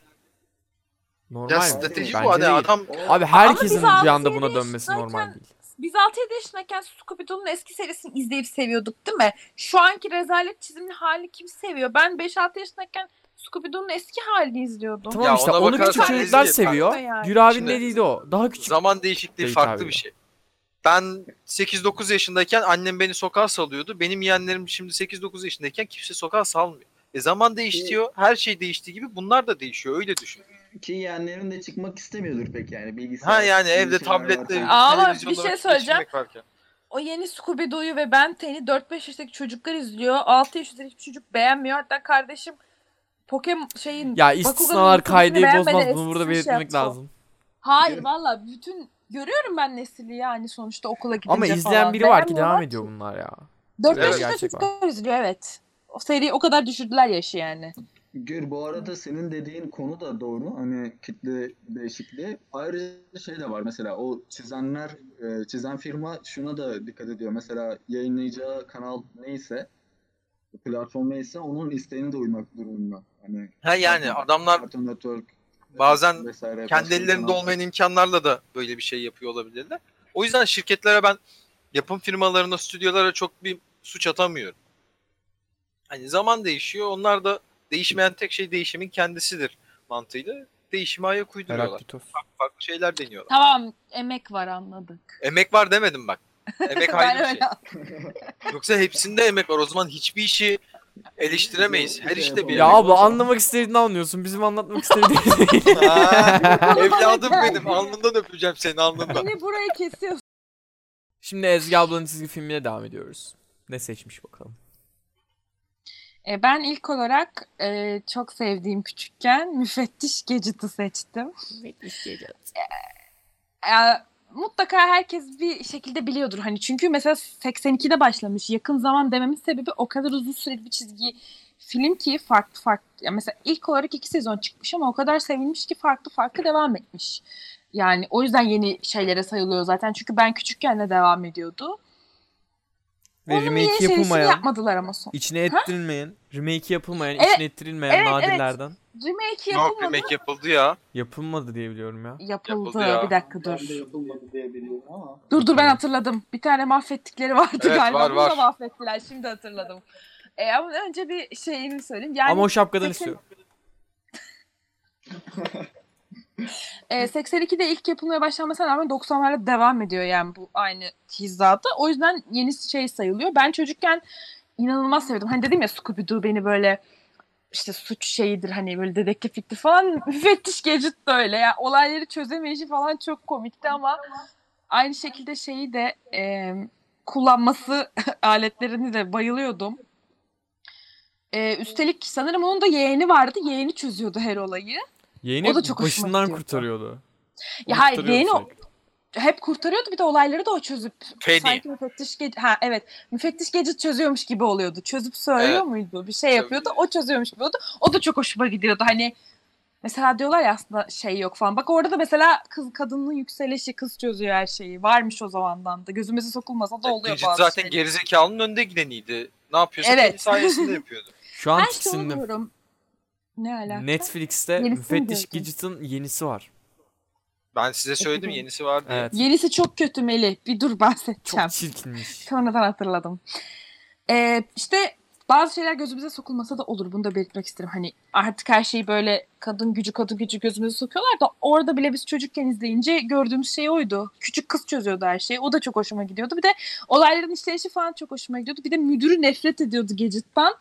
normal Ya mi? strateji Bence bu. Hani değil. adam Abi herkesin biz bir anda 6-7 buna dönmesi normal yaşındayken- değil. Biz 6-7 yaşındayken Scooby-Doo'nun eski serisini izleyip seviyorduk değil mi? Şu anki rezalet çizimli hali kim seviyor? Ben 5-6 yaşındayken Scooby-Doo'nun eski halini izliyordum. Tamam Ya işte ona onu bakarsan küçük çocuklar Ezgi, seviyor. yani. Gür abinin Şimdi- dediği de o. Daha küçük. zaman değişikliği Değil farklı tabii bir ya. şey. Ben 8-9 yaşındayken annem beni sokağa salıyordu. Benim yeğenlerim şimdi 8-9 yaşındayken kimse sokağa salmıyor. Zaman değişiyor. Her şey değiştiği gibi bunlar da değişiyor. Öyle düşün. Ki yeğenlerin de çıkmak istemiyordur pek yani, bilgisayar. Ha yani evde bilgisayar tablette varken. Ama televizyonda bir şey vakit söyleyeceğim. geçirmek varken. O yeni Scooby-Doo'yu ve Ben 10'i 4-5 yaşındaki çocuklar izliyor. 6 yaşındaki hiçbir çocuk beğenmiyor. Hatta kardeşim Pokemon şeyin Ya Bakugan'ın istisnalar ultisini kaydeyi beğenmedi, bozmaz. Bunu burada eskisini şey belirtmek yaptı. lazım. Hayır Evet. valla bütün görüyorum ben nesili yani sonuçta okula gidince Ama izleyen falan. biri var ki devam Beğenmiyorlar ediyor ki. bunlar ya. 4-5 Evet. yaşında Gerçek var. çocuklar izliyor evet. O seriyi o kadar düşürdüler yaşı yani. Gür, bu arada senin dediğin konu da doğru. Hani kitle değişikliği. Ayrıca şey de var, mesela o çizenler, çizen firma şuna da dikkat ediyor. Mesela yayınlayacağı kanal neyse, platform neyse onun isteğine de uymak durumunda. Hani Ha yani adamlar Cartoon Network bazen vesaire, kendi başka ellerinde kanal- olmayan imkanlarla da böyle bir şey yapıyor olabilirler. O yüzden şirketlere ben yapım firmalarına, stüdyolara çok bir suç atamıyorum. Hani zaman değişiyor. Onlar da Değişmeyen tek şey değişimin kendisidir mantığıyla değişime ayak uyduruyorlar. Heraklitos. Farklı şeyler deniyorlar. Tamam, emek var, anladık. Emek var demedim bak. Emek Ben ayrı bir öyle şey. Yoksa hepsinde emek var. O zaman hiçbir işi eleştiremeyiz. Her işte bir Ya emek abla var. anlamak istediğini anlıyorsun. Bizim anlatmak istediğimiz değil. Ha, evladım benim. Alnından öpeceğim seni alnından. Beni burayı kesiyorsun. Şimdi Ezgi ablanın çizgi filmine devam ediyoruz. Ne seçmiş bakalım. Ben ilk olarak çok sevdiğim küçükken Müfettiş Gadget'ı seçtim. Mutlaka herkes bir şekilde biliyordur hani, çünkü mesela 82'de başlamış, yakın zaman dememin sebebi o kadar uzun süreli bir çizgi film ki farklı ya mesela ilk olarak 2 sezon çıkmış ama o kadar sevilmiş ki farklı devam etmiş. Yani o yüzden yeni şeylere sayılıyor zaten, çünkü ben küçükken de devam ediyordu. Ve Onun yeni remake serisini yapılmayan, yapmadılar ama son. içine ettirilmeyen, remake yapılmayan, Evet, içine ettirilmeyen evet. nadirlerden. Remake Yok yapılmadı. remake yapıldı ya. Yapılmadı diye biliyorum ya. Yapıldı. Yapıldı ya. Bir dakika Ben de dur. yapılmadı diye biliyorum ama. Dur ben hatırladım. Bir tane mahvettikleri vardı Evet, galiba. var, Bunu da var. mahvettiler. Şimdi hatırladım. Ama önce bir şeyini söyleyeyim. Yani Ama o şapkadan 80 istiyor. 82'de ilk yapılmaya başlanmasına rağmen 90'larda devam ediyor yani bu aynı hizada. O yüzden yeni şey sayılıyor. Ben çocukken inanılmaz sevdim. Hani dedim ya, Scooby-Doo beni böyle işte suç şeyidir, hani böyle dedektifliktir falan. Müfettiş Gadget de öyle. Yani olayları çözemeyişi falan çok komikti ama aynı şekilde şeyi de kullanması aletlerini de bayılıyordum. Üstelik sanırım onun da yeğeni vardı. Yeğeni çözüyordu her olayı. Yeğeni O da çok hoşuma başından gidiyordu. kurtarıyordu. Ya hayır, Kurtarıyordu yeğeni sürekli. hep kurtarıyordu, bir de olayları da o çözüp Penny. sanki müfettiş Gadget çözüyormuş gibi oluyordu. Çözüp söylüyor Evet. muydu? Bir şey yapıyordu. O çözüyormuş gibi oldu. O da çok hoşuma gidiyordu. Hani mesela diyorlar ya aslında şey yok falan. Bak orada da mesela kadının yükselişi, kız çözüyor her şeyi. Varmış o zamandan da. Gözümüze sokulmasa da oluyor Gadget bazı zaten şeyler. gerizekalının önde gideniydi. Ne yapıyorsa Evet. kendi sayesinde yapıyordu. Şu an Ben şey tiksindim. oluyorum. Ne alaka? Netflix'te Yenisini Müfettiş gördüm. Gadget'ın yenisi var. Ben size söyledim yenisi var diye. Evet. Yenisi çok kötü Melih. Bir dur bahsedeceğim. Çok çirkinmiş. Sonradan hatırladım. İşte bazı şeyler gözümüze sokulmasa da olur. Bunu da belirtmek isterim. Hani artık her şeyi böyle kadın gücü gözümüze sokuyorlar da orada bile biz çocukken izleyince gördüğümüz şey oydu. Küçük kız çözüyordu her şeyi. O da çok hoşuma gidiyordu. Bir de olayların işleyişi falan çok hoşuma gidiyordu. Bir de müdürü nefret ediyordu Gadget'tan.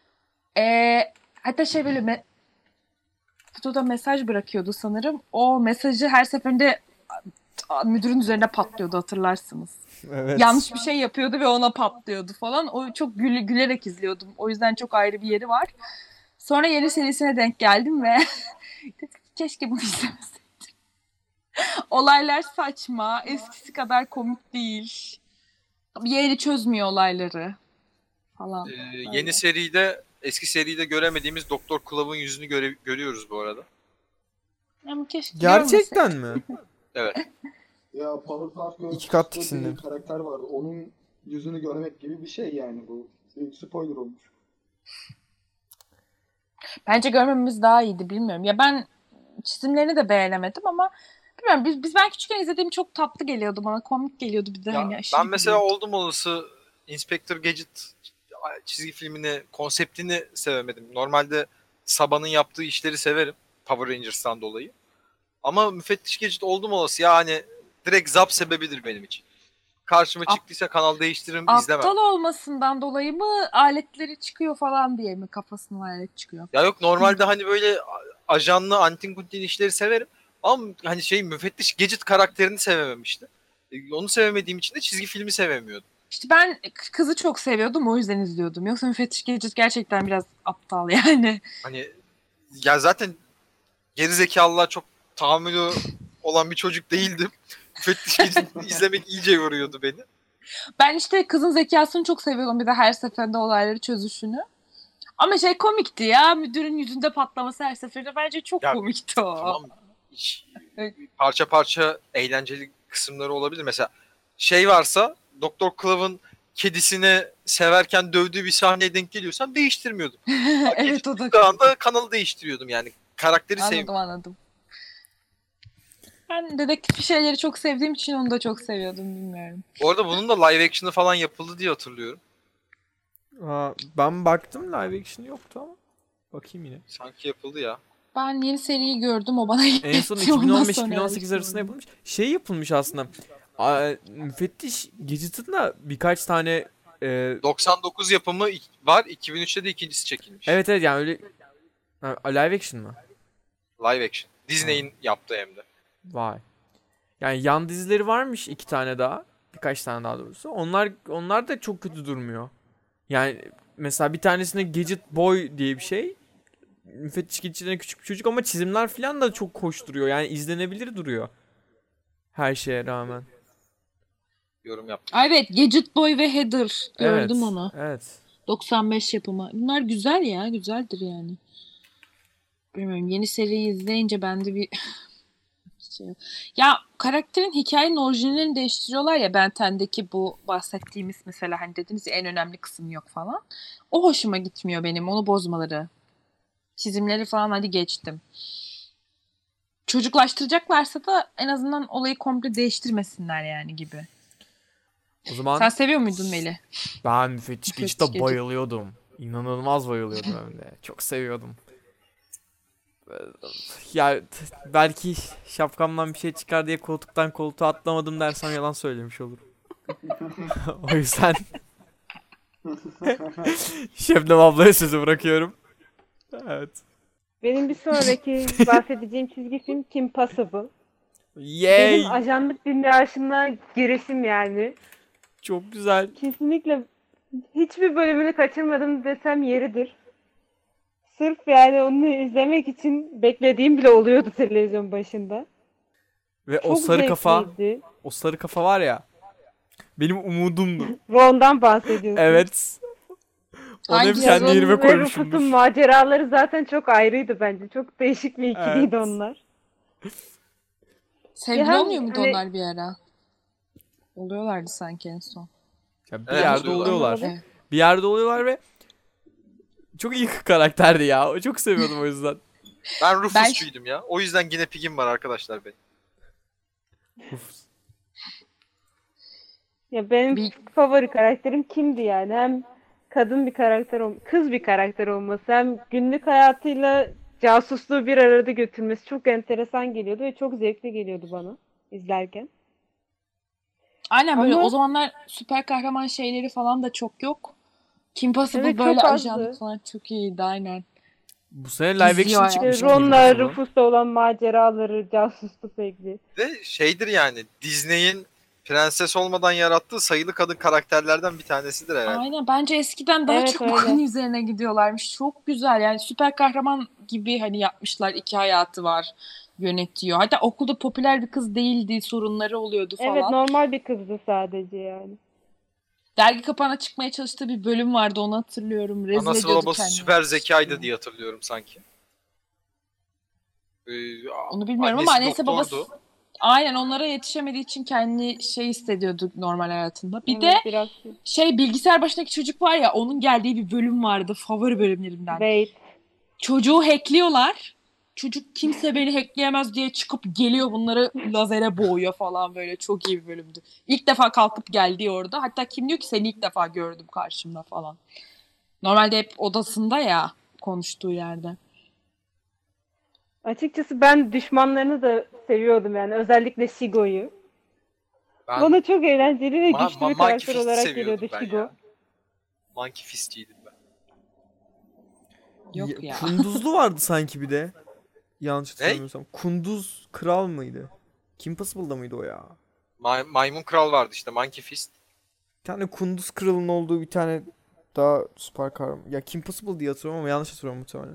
Hatta şey böyle kutuda mesaj bırakıyordu sanırım. O mesajı her seferinde müdürün üzerine patlıyordu, hatırlarsınız. Evet. Yanlış bir şey yapıyordu ve ona patlıyordu falan. O çok gülerek izliyordum. O yüzden çok ayrı bir yeri var. Sonra yeni serisine denk geldim ve dedim ki keşke bunu izlemeseydim. Olaylar saçma. Eskisi kadar komik değil. Yeğeni çözmüyor olayları falan. Yeni seride eski seride göremediğimiz Doktor Kılav'ın yüzünü görüyoruz bu arada. Ama keşke Gerçekten mi? Evet. Ya Powerpuff Girls İki kat diye tiksindim. bir karakter vardı. Onun yüzünü görmek gibi bir şey yani bu. Bir spoiler olmuş. Bence görmememiz daha iyiydi, bilmiyorum. Ya ben çizimlerini de beğenemedim ama bilmiyorum. Ben küçükken izlediğim çok tatlı geliyordu bana. Komik geliyordu bir de. Ya, Hani aşırı ben mesela gülüyordum. oldum olası Inspector Gadget çizgi filmini, konseptini sevemedim. Normalde Sabah'ın yaptığı işleri severim. Power Rangers'tan dolayı. Ama Müfettiş Gadget oldum olası yani direkt zap sebebidir benim için. Karşıma çıktıysa kanal değiştiririm, izlemem. Aptal olmasından dolayı mı, aletleri çıkıyor falan diye mi kafasına alet çıkıyor? Ya yok normalde hani böyle ajanlı antin kuntin işleri severim. Ama hani Müfettiş Gadget karakterini sevememişti. Onu sevemediğim için de çizgi filmi sevemiyordum. İşte ben kızı çok seviyordum, o yüzden izliyordum. Yoksa Müfettiş Gadget gerçekten biraz aptal yani. Hani ya zaten gerizekalılar çok tahammülü olan bir çocuk değildim. Müfettiş Gadget'i izlemek iyice yoruyordu beni. Ben işte kızın zekasını çok seviyordum, bir de her seferinde olayları çözüşünü. Ama komikti ya, müdürün yüzünde patlaması her seferinde bence çok Ya, komikti o. Tamam. Evet. Parça parça eğlenceli kısımları olabilir. Mesela varsa Doktor Kılav'ın kedisini severken dövdüğü bir sahneye denk geliyorsam değiştirmiyordum. Evet, o da Şu anda kanalı değiştiriyordum yani. Karakteri anladım. Ben dedektif şeyleri çok sevdiğim için onu da çok seviyordum, bilmiyorum. Bu arada bunun da live action'ı falan yapıldı diye hatırlıyorum. Ben baktım live action yoktu ama. Bakayım yine. Sanki yapıldı ya. Ben yeni seriyi gördüm, o bana En son yetti. Ondan sonra 2015-2018 arasında yapılmış. Şey yapılmış aslında. Müfettiş Gadget'ın da birkaç tane 99 yapımı var. 2003'te de ikincisi çekilmiş. evet yani öyle live action mı? Live action. Disney'in yaptığı hem de. Vay. Yani yan dizileri varmış 2 tane daha. Birkaç tane daha doğrusu. Onlar da çok kötü durmuyor. Yani mesela bir tanesinde Gadget Boy diye bir şey. Müfettiş Gadget'in küçük bir çocuk ama çizimler falan da çok hoş duruyor. Yani izlenebilir duruyor. Her şeye rağmen. Yorum yap. Ay evet, Gadget Boy ve Heather gördüm Evet, onu. Evet. 95 yapımı. Bunlar güzel ya, güzeldir yani. Bilmiyorum, yeni seriyi izleyince bende bir şey yok. Ya karakterin, hikayenin orijinalini değiştiriyorlar ya, Ben 10'deki bu bahsettiğimiz mesela, hani dediniz ya en önemli kısım yok falan. O hoşuma gitmiyor benim, onu bozmaları. Çizimleri falan hadi geçtim. Çocuklaştıracaklarsa da en azından olayı komple değiştirmesinler yani gibi. O zaman Sen seviyor muydun Melih? ben Müfettiş Müfettiş Gadget'a Gadget. bayılıyordum. İnanılmaz bayılıyordum hem de. Çok seviyordum. Ya belki şapkamdan bir şey çıkar diye koltuktan koltuğa atlamadım dersem yalan söylemiş olurum. O yüzden Şebnem ablaya sözü bırakıyorum. Evet. Benim bir sonraki bahsedeceğim çizgi film Kim Possible. Yay! Benim ajanlık dünyasına girişim yani. Çok güzel. Kesinlikle hiçbir bölümünü kaçırmadım desem yeridir. Sırf yani onu izlemek için beklediğim bile oluyordu televizyon başında. Ve o Çok sarı kafa, zevkliydi. o sarı kafa var ya. Benim umudumdu. Ron'dan bahsediyorsun. Evet. Onu hep Hangisi? kendi Ron yerime ve koymuşumdur. Rufus'un maceraları zaten çok ayrıydı bence. Çok değişik bir ikiliydi Evet. onlar. Sevgili hem olmuyor muydu hani- onlar bir ara? Oluyorlardı sanki en son. Ya bir Evet, yerde oluyorlar. oluyorlar. Evet. Bir yerde oluyorlar ve çok iyi karakterdi ya. Çok seviyordum o yüzden. Ben Rufus'cuydum ya. O yüzden yine pigim var arkadaşlar benim. Uf. Ya benim Bir- favori karakterim kimdi yani? Hem kadın bir karakter, kız bir karakter olması, hem günlük hayatıyla casusluğu bir arada götürmesi çok enteresan geliyordu ve çok zevkli geliyordu bana izlerken. Aynen, böyle Ama- o zamanlar süper kahraman şeyleri falan da çok yok. Kim Possible Evet, böyle çok azdı. ajanlık falan çok iyiydi aynen. Bu sene live Gizliyor action yani. çıkmış. İşte Kim Ron'la Possible. Rufus'la olan maceraları, casusluk ilgili. Ve şeydir yani Disney'in prenses olmadan yarattığı sayılı kadın karakterlerden bir tanesidir herhalde. Aynen, bence eskiden daha Evet, çok öyle. bu konu üzerine gidiyorlarmış. Çok güzel yani, süper kahraman gibi hani yapmışlar. 2 hayatı var, yönetiyor. Hatta okulda popüler bir kız değildi, sorunları oluyordu falan. Evet, normal bir kızdı sadece yani. Dergi kapağına çıkmaya çalıştığı bir bölüm vardı, onu hatırlıyorum. Rezil Anası ediyordu babası kendini. süper zekaydı diye hatırlıyorum sanki. Onu bilmiyorum ama annesi babası doktordu. aynen onlara yetişemediği için kendini şey hissediyordu normal hayatında. Bir Evet, de biraz bilgisayar başındaki çocuk var ya, onun geldiği bir bölüm vardı, favori bölümlerimden. Wait. Çocuğu hackliyorlar. Çocuk kimse beni hackleyemez diye çıkıp geliyor, bunları lazere boğuyor falan, böyle çok iyi bir bölümdü. İlk defa kalkıp geldi orada. Hatta kim diyor ki seni ilk defa gördüm karşımda falan. Normalde hep odasında ya, konuştuğu yerde. Açıkçası ben düşmanlarını da seviyordum yani. Özellikle Shigo'yu. Ben Bana çok eğlenceli ve güçlü bir Monkey karakter Fist'i olarak seviyordum geliyordu ben Shigo. ya. Monkey Fist'ciydim ben. Yok ya. Kunduzlu vardı sanki bir de. Yanlış Ne? hatırlamıyorsam. Kunduz Kral mıydı? Kim Possible'da mıydı o ya? Maymun Kral vardı işte Monkey Fist. Bir tane Kunduz Kral'ın olduğu bir tane daha süper kahraman. Ya Kim Possible diye hatırlıyorum ama yanlış hatırlıyorum muhtemelen.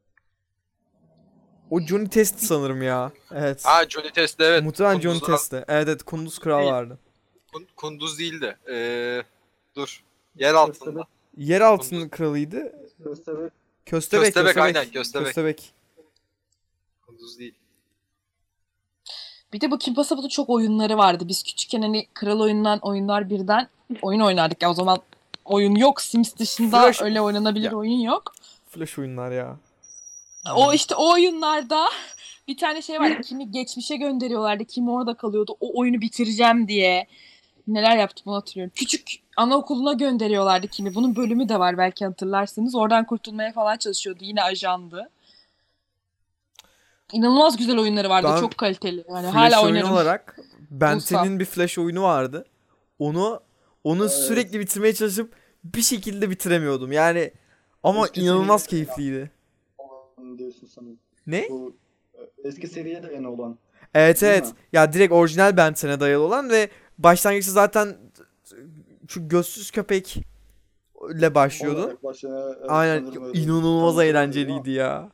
O Johnny Test sanırım ya. Evet. Ha Johnny Test evet. Muhtemelen Johnny Kunduzlar- Test'te. Evet evet, Kunduz Kral Değil. vardı. Kunduz değildi. Dur. Yer altında. Yer altının kralıydı. Köstebek. Köstebek. Aynen, Köstebek. Köstebek. Kunduz değil. Bir de bu Kim Possible'ın çok oyunları vardı. Biz küçükken hani Kral Oyun'dan Oyunlar Bir'den oyun oynardık ya, o zaman oyun yok. Sims dışında Flash- öyle oynanabilir Ya. oyun yok. Flash oyunlar ya. O işte o oyunlarda bir tane şey vardı. Kimi geçmişe gönderiyorlardı, kimi orada kalıyordu. O oyunu bitireceğim diye. neler yaptı bunu hatırlıyorum. Küçük anaokuluna gönderiyorlardı kimi. Bunun bölümü de var belki hatırlarsınız. Oradan kurtulmaya falan çalışıyordu. Yine ajandı. İnanılmaz güzel oyunları vardı. Ben Çok kaliteli. Yani Flash hala oyunu oynarım. olarak Ben Bulsam. 10'in bir Flash oyunu vardı. Onu Evet. sürekli bitirmeye çalışıp bir şekilde bitiremiyordum. Yani ama Eski inanılmaz seri- keyifliydi. Olan diyorsun sanırım. Ne? Bu eski seriye dayanı olan. Evet Değil evet. mi? Ya direkt orijinal Ben 10'e dayalı olan ve başlangıçta zaten şu gözsüz köpekle başlıyordun. Olarak başlayan, evet, Aynen, sanırım öyle. inanılmaz Tanıtım eğlenceliydi ya.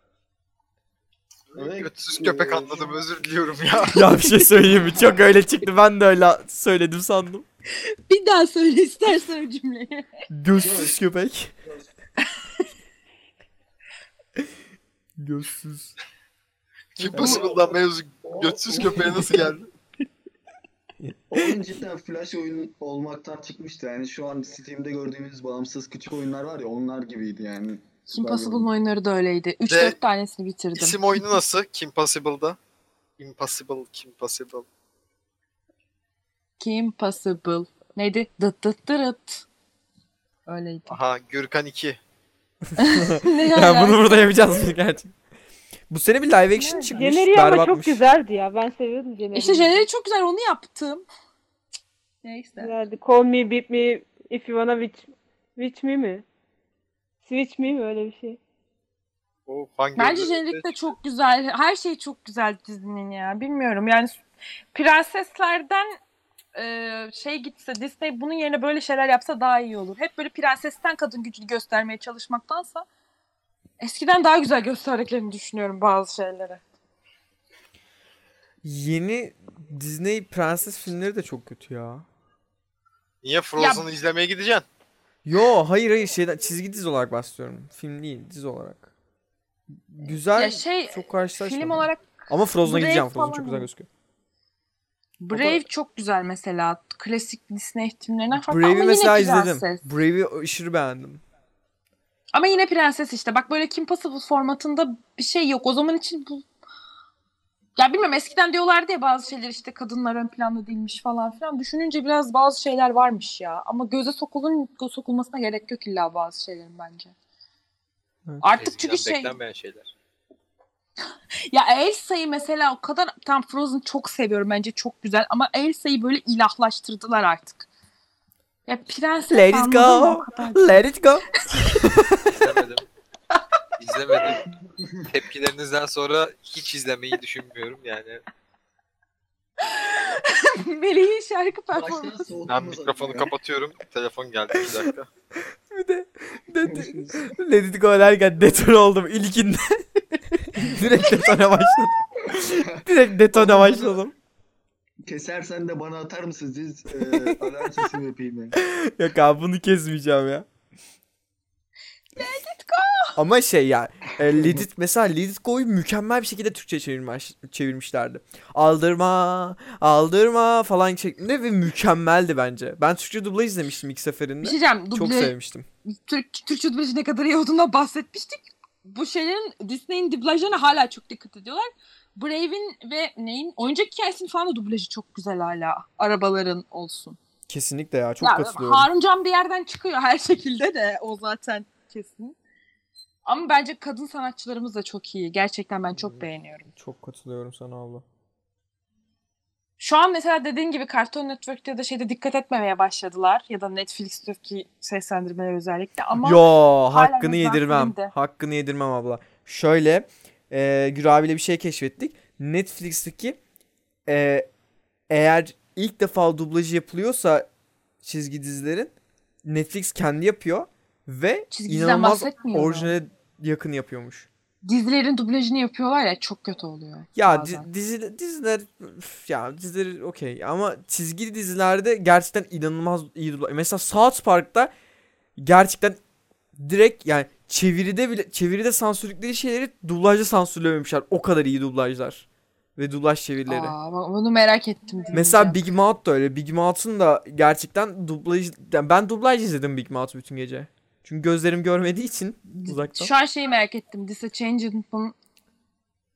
Ve, Götsüz köpek e, anladım, özür diliyorum ya. Ya bir şey söyleyeyim mi? Çok öyle çıktı. Ben de öyle söyledim sandım. Bir daha söyle istersen o cümleyi. Gözsüz köpek. Gözsüz. Kim Possible'dan mevzu götsüz köpeğe nasıl geldi? Oyun cidden flash oyun olmaktan çıkmıştı. Yani şu an Steam'de gördüğümüz bağımsız küçük oyunlar var ya, onlar gibiydi yani. Kim Possible'ın oyunları da öyleydi. 3-4 De- tanesini bitirdim. İsim oyunu nasıl? Kim Possible'da? Impossible, Kim Possible. Kim Possible. Neydi? Dıt dıt dırıt. Öyleydi. Aha, Gürkan 2. Ne Ya alaka? bunu burada yapacağız mı gerçekten? Bu sene bir live action çıkmış. Jeneriği ama çok Berbatmış. güzeldi ya. Ben seviyordum jeneriği. İşte jeneriği çok güzel, onu yaptım. Neyse. Güzeldi. Call me, beep me, if you wanna witch me mi? Switch me mi? Öyle bir şey. O fan Bence gözleri- jenerik de çok güzel. Her şey çok güzel dizinin ya. Bilmiyorum yani prenseslerden şey gitse, Disney bunun yerine böyle şeyler yapsa daha iyi olur. Hep böyle prensesten kadın gücünü göstermeye çalışmaktansa eskiden daha güzel gösterdiklerini düşünüyorum bazı şeylere. Yeni Disney prenses filmleri de çok kötü ya. Niye Frozen'ı izlemeye gideceksin? Yo hayır şeyden çizgi dizi olarak bahsediyorum. Film değil, dizi olarak. Güzel. Ya şey, çok karşılaşmadım. film olarak Ama Frozen'a Brave gideceğim. Frozen falan çok güzel mı? gözüküyor. Brave çok güzel mesela. Klasik Disney filmlerinden farklı Brave'i ama mesela yine izledim. prenses. Brave'i aşırı beğendim. Ama yine prenses işte. Bak böyle Kim Possible formatında bir şey yok. O zaman için bu... Ya bilmiyorum, eskiden diyorlardı ya bazı şeyler işte kadınlar ön planda değilmiş falan filan. Düşününce biraz bazı şeyler varmış ya. Ama göze sokulmasına gerek yok illa bazı şeylerin bence. Evet. Artık çünkü Eskiden şey... beklenmeyen şeyler. Ya Elsa'yı mesela o kadar... Tam Frozen çok seviyorum, bence çok güzel. Ama Elsa'yı böyle ilahlaştırdılar artık. Ya prenses Let it anladın mı go. o kadar? Let it go. İzlemedim. İzlemedim. Tepkilerinizden sonra hiç izlemeyi düşünmüyorum yani. Melih'in şarkı Baştan performansı. Ben soğutmamız mikrofonu lazım. kapatıyorum. Telefon geldi, bir dakika. Bir de Let it go derken detone oldum ilkinde. Direkt detone başladım. Direkt detone başladım. Kesersen de bana atar mısın siz? Alarm sesimi yapayım ben. Yok abi bunu kesmeyeceğim ya. Ama şey ya Let It, mesela Let It Go'yu mükemmel bir şekilde Türkçe çevirmişlerdi. Aldırma, aldırma falan şeklinde ve mükemmeldi bence. Ben Türkçe dublaj izlemiştim ilk Bir seferinde. şey diyeceğim. Çok sevmiştim. Türkçe dublajı ne kadar iyi olduğundan bahsetmiştik. Bu şeylerin, Disney'in dublajlarına hala çok dikkat ediyorlar. Brave'in ve neyin oyuncak hikayesinin falan da dublajı çok güzel hala. Arabaların olsun. Kesinlikle ya çok Ya katılıyorum. Harun Can bir yerden çıkıyor her şekilde de, o zaten kesin. Ama bence kadın sanatçılarımız da çok iyi. Gerçekten ben çok beğeniyorum. Çok katılıyorum sana abla. Şu an mesela dediğin gibi Cartoon Network'te ya da şeyde dikkat etmemeye başladılar. Ya da Netflix'teki seslendirmeler özellikle. Ama Yo hala hakkını güzel yedirmem. filmdi. Hakkını yedirmem abla. Şöyle Gür abiyle bir şey keşfettik. Netflix'teki eğer ilk defa dublajı yapılıyorsa çizgi dizilerin Netflix kendi yapıyor ve Çizgi diziden inanılmaz bahsetmiyorum. orijinale yakın yapıyormuş. Dizilerin dublajını yapıyorlar ya, çok kötü oluyor. Ya bazen. diziler üf, ya diziler okey ama çizgi dizilerde gerçekten inanılmaz iyi dublaj. Mesela South Park'ta gerçekten direkt yani çeviride sansürledikleri şeyleri dublajda sansürlememişler. O kadar iyi dublajlar ve dublaj çevirileri. Bunu merak ettim. Mesela dinleyeceğim. Big Mouth da öyle. Big Mouth'un da gerçekten dublaj, yani ben dublaj izledim Big Mouth bütün gece. Çünkü gözlerim görmediği için uzaktan. Şu an şeyi merak ettim. Disachanged'ın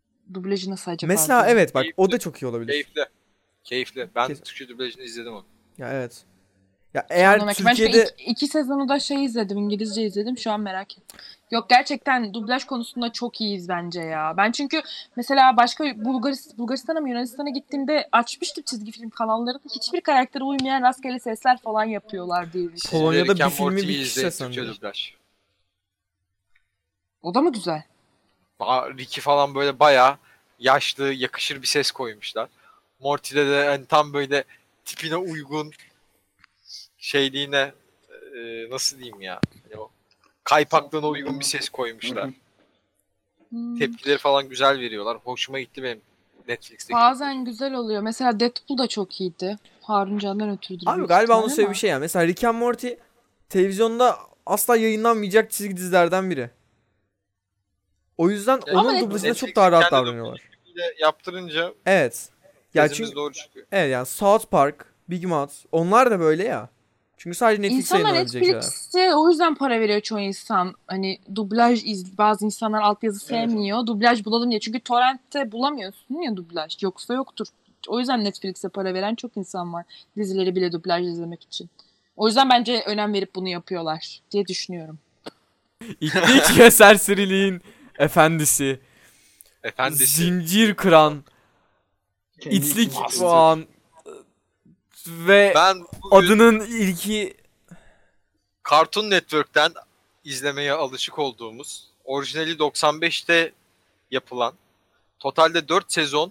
dublajı nasıl acaba? Mesela diye. evet bak o da Keyifli. çok iyi olabilir. Keyifli. Keyifli. Ben Kesin. Türkçe dublajını izledim onu. Ya evet. Ya eğer Ben çünkü Türkiye'de iki sezonu da izledim. İngilizce izledim. Şu an merak ettim. Yok gerçekten dublaj konusunda çok iyiyiz bence ya. Ben çünkü mesela başka Bulgaristan'a mı Yunanistan'a gittiğimde açmıştım çizgi film kanallarında. Hiçbir karaktere uymayan rastgele sesler falan yapıyorlar diye. Siz Polonya'da Rick and bir filmi Morty'yi bir kişi izleyin, seslendiriyor. Türkçe dublaj. O da mı güzel? Ricky falan böyle bayağı yaşlı, yakışır bir ses koymuşlar. Morty'de de hani tam böyle tipine uygun şeyliğine nasıl diyeyim ya? Hani o kaypaklığına uygun bir ses koymuşlar. Tepkileri falan güzel veriyorlar. Hoşuma gitti benim Netflix'teki. Bazen güzel oluyor. Mesela Deadpool da çok iyiydi. Harun Can'dan ötürüdür Abi büyük galiba onun ihtimal sebebi ama. bir şey ya. Mesela Rick and Morty televizyonda asla yayınlanmayacak çizgi dizilerden biri. O yüzden Evet. onun Ama dublajında Netflix çok daha rahat kendi davranıyorlar. dublajıyla yaptırınca Evet. Ya tezimiz çünkü doğru çıkıyor. evet yani South Park, Big Mouth onlar da böyle ya. Çünkü sadece Netflix'te İnsanlar yayınlanabilecek şeyler. Netflix'te o yüzden para veriyor çoğu insan. Hani bazı insanlar altyazı sevmiyor. Dublaj bulalım diye. Çünkü torrent'te bulamıyorsun ya dublaj. Yoksa yoktur. O yüzden Netflix'e para veren çok insan var. Dizileri bile dublaj izlemek için. O yüzden bence önem verip bunu yapıyorlar diye düşünüyorum. İtlik ve serseriliğin efendisi. Efendisi. Zincir kıran. Kendi İtlik içinde puan. Ve Ben bugün adının ilki Cartoon Network'ten izlemeye alışık olduğumuz, orijinali 95'te yapılan, totalde 4 sezon,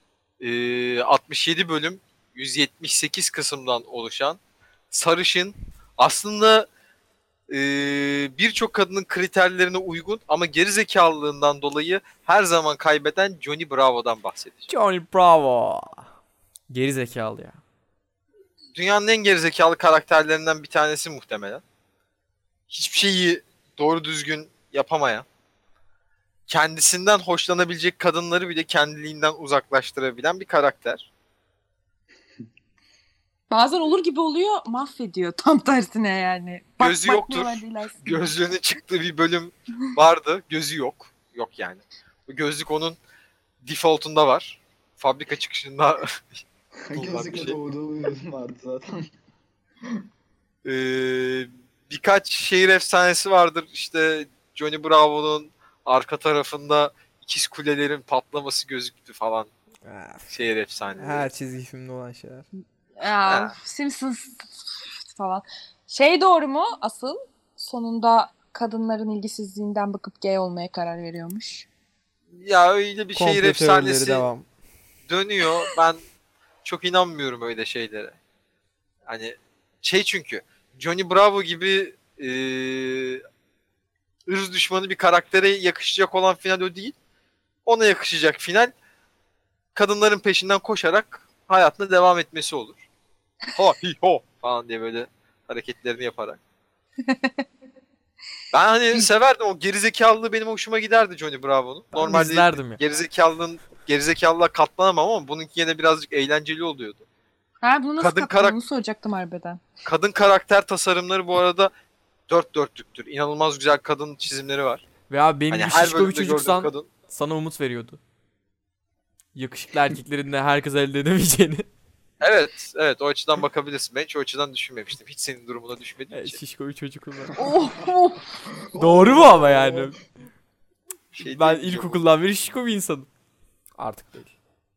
67 bölüm, 178 kısımdan oluşan, sarışın, aslında birçok kadının kriterlerine uygun ama gerizekalılığından dolayı her zaman kaybeden Johnny Bravo'dan bahsedeceğim. Johnny Bravo. Geri zekalı ya. Dünyanın en gerizekalı karakterlerinden bir tanesi muhtemelen. Hiçbir şeyi doğru düzgün yapamayan, kendisinden hoşlanabilecek kadınları bile kendiliğinden uzaklaştırabilen bir karakter. Bazen olur gibi oluyor, mahvediyor tam tersine yani. Gözü yoktur. Bakmıyorlar değil aslında. Gözlüğünün çıktığı bir bölüm vardı. Gözü yok. Yok yani. Bu gözlük onun default'unda var. Fabrika çıkışında bulunan bir Gözlükle şey. doğduğu bir bölüm vardı zaten. Birkaç şehir efsanesi vardır. İşte Johnny Bravo'nun arka tarafında ikiz kulelerin patlaması gözüktü falan. Şehir efsaneleri. Her çizgi filmde olan şeyler. Ya, Simpsons falan. Şey doğru mu asıl? Sonunda kadınların ilgisizliğinden bakıp gay olmaya karar veriyormuş. Ya öyle bir şehir Komplo teorileri efsanesi devam. dönüyor. Ben çok inanmıyorum öyle şeylere. Hani çünkü Johnny Bravo gibi ırz düşmanı bir karaktere yakışacak olan final o değil. Ona yakışacak final kadınların peşinden koşarak hayatına devam etmesi olur. Ho hi ho falan diye böyle hareketlerini yaparak. Ben hani severdim, o gerizekalılığı benim hoşuma giderdi Johnny Bravo'nun. Ben Normalde izlerdim ya. gerizekalılığa katlanamam ama bununki yine birazcık eğlenceli oluyordu. Ha bunu nasıl Kadın katladın? Onu soracaktım harbiden. Kadın karakter tasarımları bu arada dört dörtlüktür. İnanılmaz güzel kadın çizimleri var. Ve abi benim Hani gibi her şişko bir bölümde gördüğüm çocuksan kadın. sana umut veriyordu. Yakışıklı erkeklerin de herkes elde edemeyeceğini. Evet o açıdan bakabilirsin. Ben hiç o açıdan düşünmemiştim. Hiç senin durumuna düşmediğim Evet, için. şişko bir çocuk olarak. Oh, oh. Doğru mu ama yani? Şey Ben değil, ilkokuldan beri şişko bir insanım. Artık değil.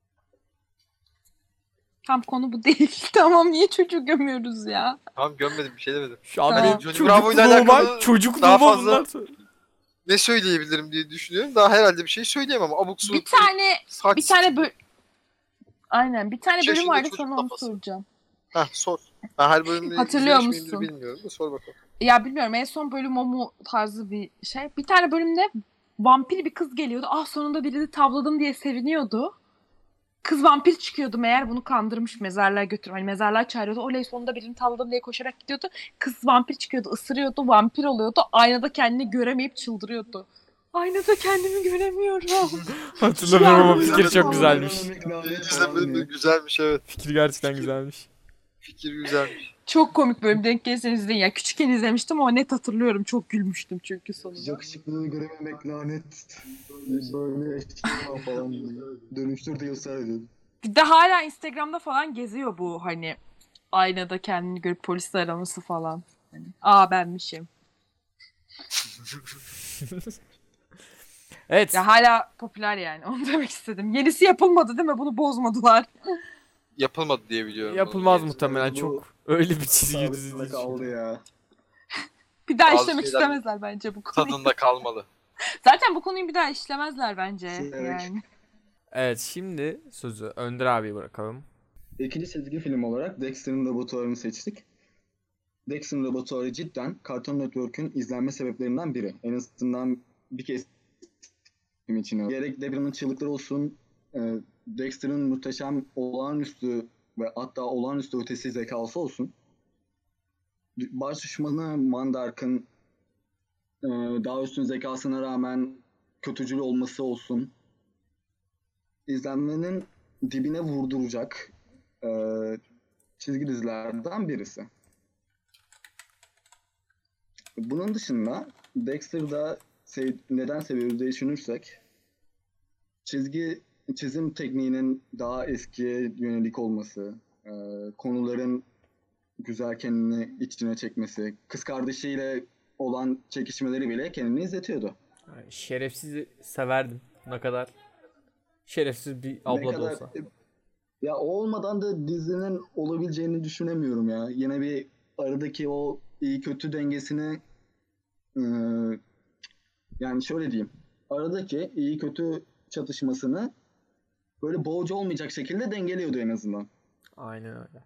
Tam konu bu değil. Tamam niye çocuğu gömüyoruz ya? Tamam gömmedim, bir şey demedim. Şu an Tamam. benim Johnny Bravo ile çocukluğuma, alakalı çocukluğuma daha fazla bunlar söyle. ne söyleyebilirim diye düşünüyorum. Daha herhalde bir şey söyleyemem. Abuk subuk Bir tane saç Aynen bir tane Kaç bölüm yaşında vardı çocuk sonra onu kafası. soracağım. Heh, sor. Ben her bölümünü Hatırlıyor izlemiş miyimdir musun? bilmiyorum da sor bakalım. Ya bilmiyorum en son bölüm o mu tarzı bir şey. Bir tane bölümde vampir bir kız geliyordu. Ah sonunda birini tavladım diye seviniyordu. Kız vampir çıkıyordu meğer bunu kandırmış mezarlığa götürüp hani mezarlığa çağırıyordu. Oley sonunda birini tavladım diye koşarak gidiyordu. Kız vampir çıkıyordu, ısırıyordu, vampir oluyordu. Aynada kendini göremeyip çıldırıyordu. Aynada kendimi göremiyorum. Hatırlamıyorum ama Ya, fikir çok tamam. güzelmiş. İzlemedim de güzelmiş, evet. Fikir gerçekten güzelmiş. Fikir güzelmiş. Çok komik bölüm denk gelirseniz izleyin. Ya küçükken izlemiştim ama net hatırlıyorum. Çok gülmüştüm çünkü sonunda. Yakışıklılığı görememek lanet. Böyle eşya falan dönüştür diye ısrar ediyordu. Bir de hala Instagram'da falan geziyor bu hani aynada kendini görüp polisi araması falan. Yani, aa benmişim. Evet. Ya hala popüler yani. Onu demek istedim. Yenisi yapılmadı değil mi? Bunu bozmadılar. Yapılmadı diye biliyorum. Yapılmaz bunun muhtemelen. Evet, bu çok öyle bir çizgi Sabit dizi değil. kaldı ya. Bir daha Bazı işlemek şeyler istemezler bence bu konuyu. tadında kalmalı. Zaten bu konuyu bir daha işlemezler bence. Silerek. Yani. Evet, şimdi sözü Önder abiye bırakalım. İkinci çizgi film olarak Dexter'ın Laboratuvarı'nı seçtik. Dexter'ın Laboratuvarı cidden Cartoon Network'ün izlenme sebeplerinden biri. En azından bir kez için. Gerek Debra'nın çığlıkları olsun, Dexter'ın muhteşem olağanüstü ve hatta olağanüstü ötesi zekası olsun. Baş düşmanı Mandark'ın daha üstün zekasına rağmen kötücül olması olsun. İzlenmenin dibine vurduracak çizgi dizilerden birisi. Bunun dışında Dexter'da neden seviyoruz diye düşünürsek çizim tekniğinin daha eskiye yönelik olması, konuların güzel kendini içine çekmesi, kız kardeşiyle olan çekişmeleri bile kendini izletiyordu. Yani şerefsizi severdim. Ne kadar şerefsiz bir Ne abla da kadar olsa. ya o olmadan da dizinin olabileceğini düşünemiyorum ya. Yine bir aradaki o iyi kötü dengesini yani şöyle diyeyim. Aradaki iyi kötü çatışmasını böyle boğucu olmayacak şekilde dengeliyordu en azından. Aynen öyle.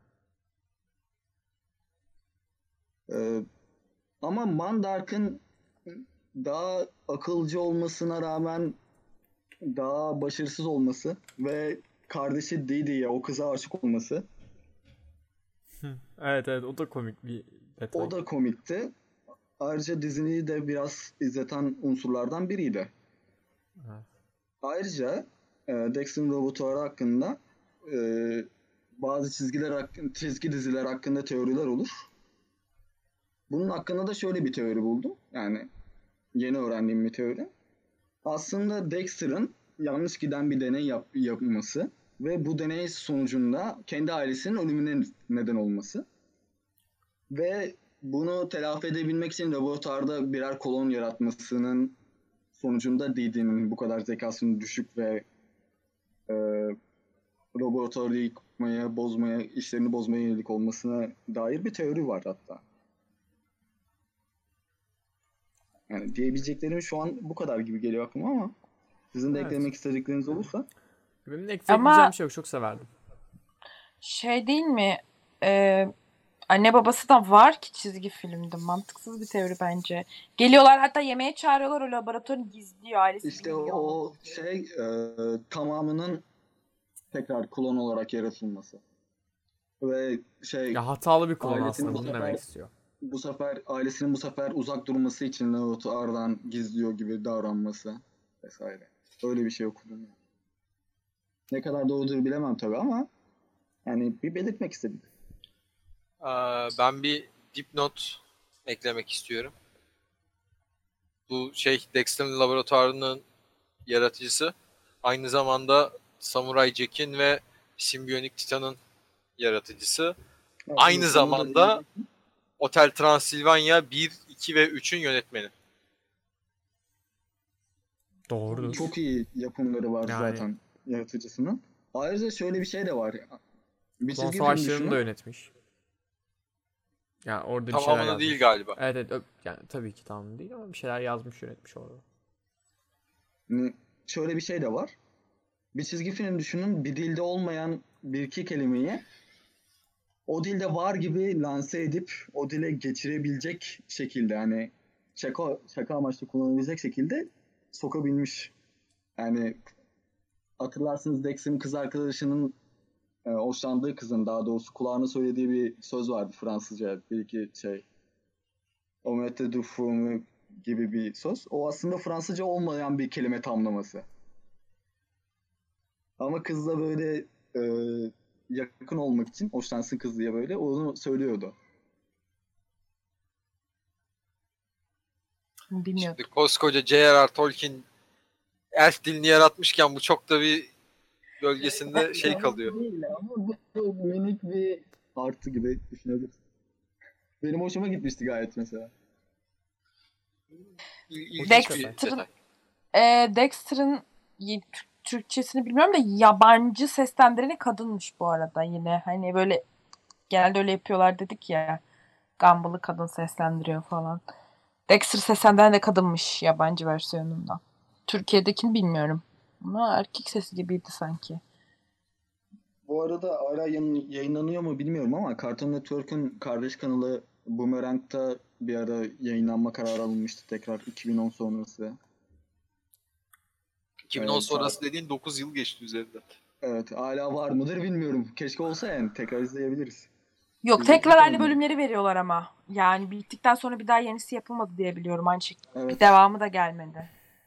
Ama Mandark'ın daha akılcı olmasına rağmen daha başarısız olması ve kardeşi Didi'ye o kıza aşık olması Evet, o da komik bir detay. o da komikti. Ayrıca dizini de biraz izleten unsurlardan biriydi. Evet. Ayrıca Dexter'ın Laboratuvarı hakkında e, bazı çizgi diziler hakkında teoriler olur. Bunun hakkında da şöyle bir teori buldum. Yani yeni öğrendiğim bir teori. Aslında Dexter'ın yanlış giden bir deney yapması ve bu deney sonucunda kendi ailesinin ölümüne neden olması. Ve bunu telafi edebilmek için laboratuvarda birer kolon yaratmasının sonucunda Didi'nin bu kadar zekasının düşük ve e, laboratuvarı yıkmaya, bozmaya, işlerini bozmaya yönelik olmasına dair bir teori var hatta. Yani diyebileceklerim şu an bu kadar gibi geliyor aklıma ama sizin de Evet. eklemek istedikleriniz olursa. Benim de ekleyebileceğim bir şey yok. Çok severdim. Şey değil mi? Anne babası da var ki çizgi filmde. Mantıksız bir teori bence. Geliyorlar hatta yemeğe çağırıyorlar, o laboratuvarı gizliyor. Ailesi İşte bilmiyor. o tamamının tekrar klon olarak yaratılması. Ve Ya hatalı bir klon ailesinin aslında. bu Bunu sefer- demek istiyor. ailesinin bu sefer uzak durması için laboratuvardan gizliyor gibi davranması vesaire. Öyle bir şey okudum. Yani. Ne kadar doğrudur bilemem tabii ama yani bir belirtmek istedim. Ben bir dipnot eklemek istiyorum. Bu Dexter'ın laboratuvarının yaratıcısı aynı zamanda Samurai Jack'in ve Simbiyonik Titan'ın yaratıcısı. Aynı Onu da zamanda Otel Transilvanya 1, 2 ve 3'ün yönetmeni. Doğrudur. çok iyi yapımları var Yani- zaten yaratıcısının. Ayrıca şöyle bir şey de var. Bir Klon çizgi film Savaşları'nı düşünün. da yönetmiş. Yani orada bir şeyler Tamamını yazmış. değil galiba. Evet, yani tabii ki tamamı değil ama bir şeyler yazmış, yönetmiş orada. Şöyle bir şey de var. Bir çizgi film düşünün, bir dilde olmayan bir iki kelimeyi o dilde var gibi lanse edip o dile geçirebilecek şekilde, hani şaka amaçlı kullanabilecek şekilde sokabilmiş. Yani hatırlarsınız Dex'in kız arkadaşının hoşlandığı kızın, daha doğrusu kulağına söylediği bir söz vardı Fransızca, bir iki Omelette du fourmi gibi bir söz. O aslında Fransızca olmayan bir kelime tamlaması. Ama kızla böyle yakın olmak için, hoşlansın kız diye böyle onu söylüyordu. Bilmiyorum. Şimdi koskoca J.R.R. Tolkien elf dilini yaratmışken bu çok da bir gölgesinde kalıyor. Değil ama bu minik bir arttı gibi düşünebiliriz. Benim hoşuma gitmişti gayet mesela. İlginç bir Dexter'ın detay. Türkçesini bilmiyorum da yabancı seslendireni kadınmış bu arada yine. Hani böyle genelde öyle yapıyorlar dedik ya. Gumball'ı kadın seslendiriyor falan. Dexter seslendiren de kadınmış yabancı versiyonunda. Türkiye'dekini bilmiyorum. Ama erkek sesi gibiydi sanki. Bu arada hala yayınlanıyor mu bilmiyorum ama Cartoon Network'ün kardeş kanalı Boomerang'da bir ara yayınlanma kararı alınmıştı tekrar 2010 sonrası. 2010 Evet, sonrası dediğin 9 yıl geçti üzerinden. Evet, hala var mıdır bilmiyorum. Keşke olsa yani tekrar izleyebiliriz. Yok İzledik tekrar aynı onu. bölümleri veriyorlar ama. Yani bittikten sonra bir daha yenisi yapılmadı diye biliyorum. Aynı şekilde bir Evet. devamı da gelmedi.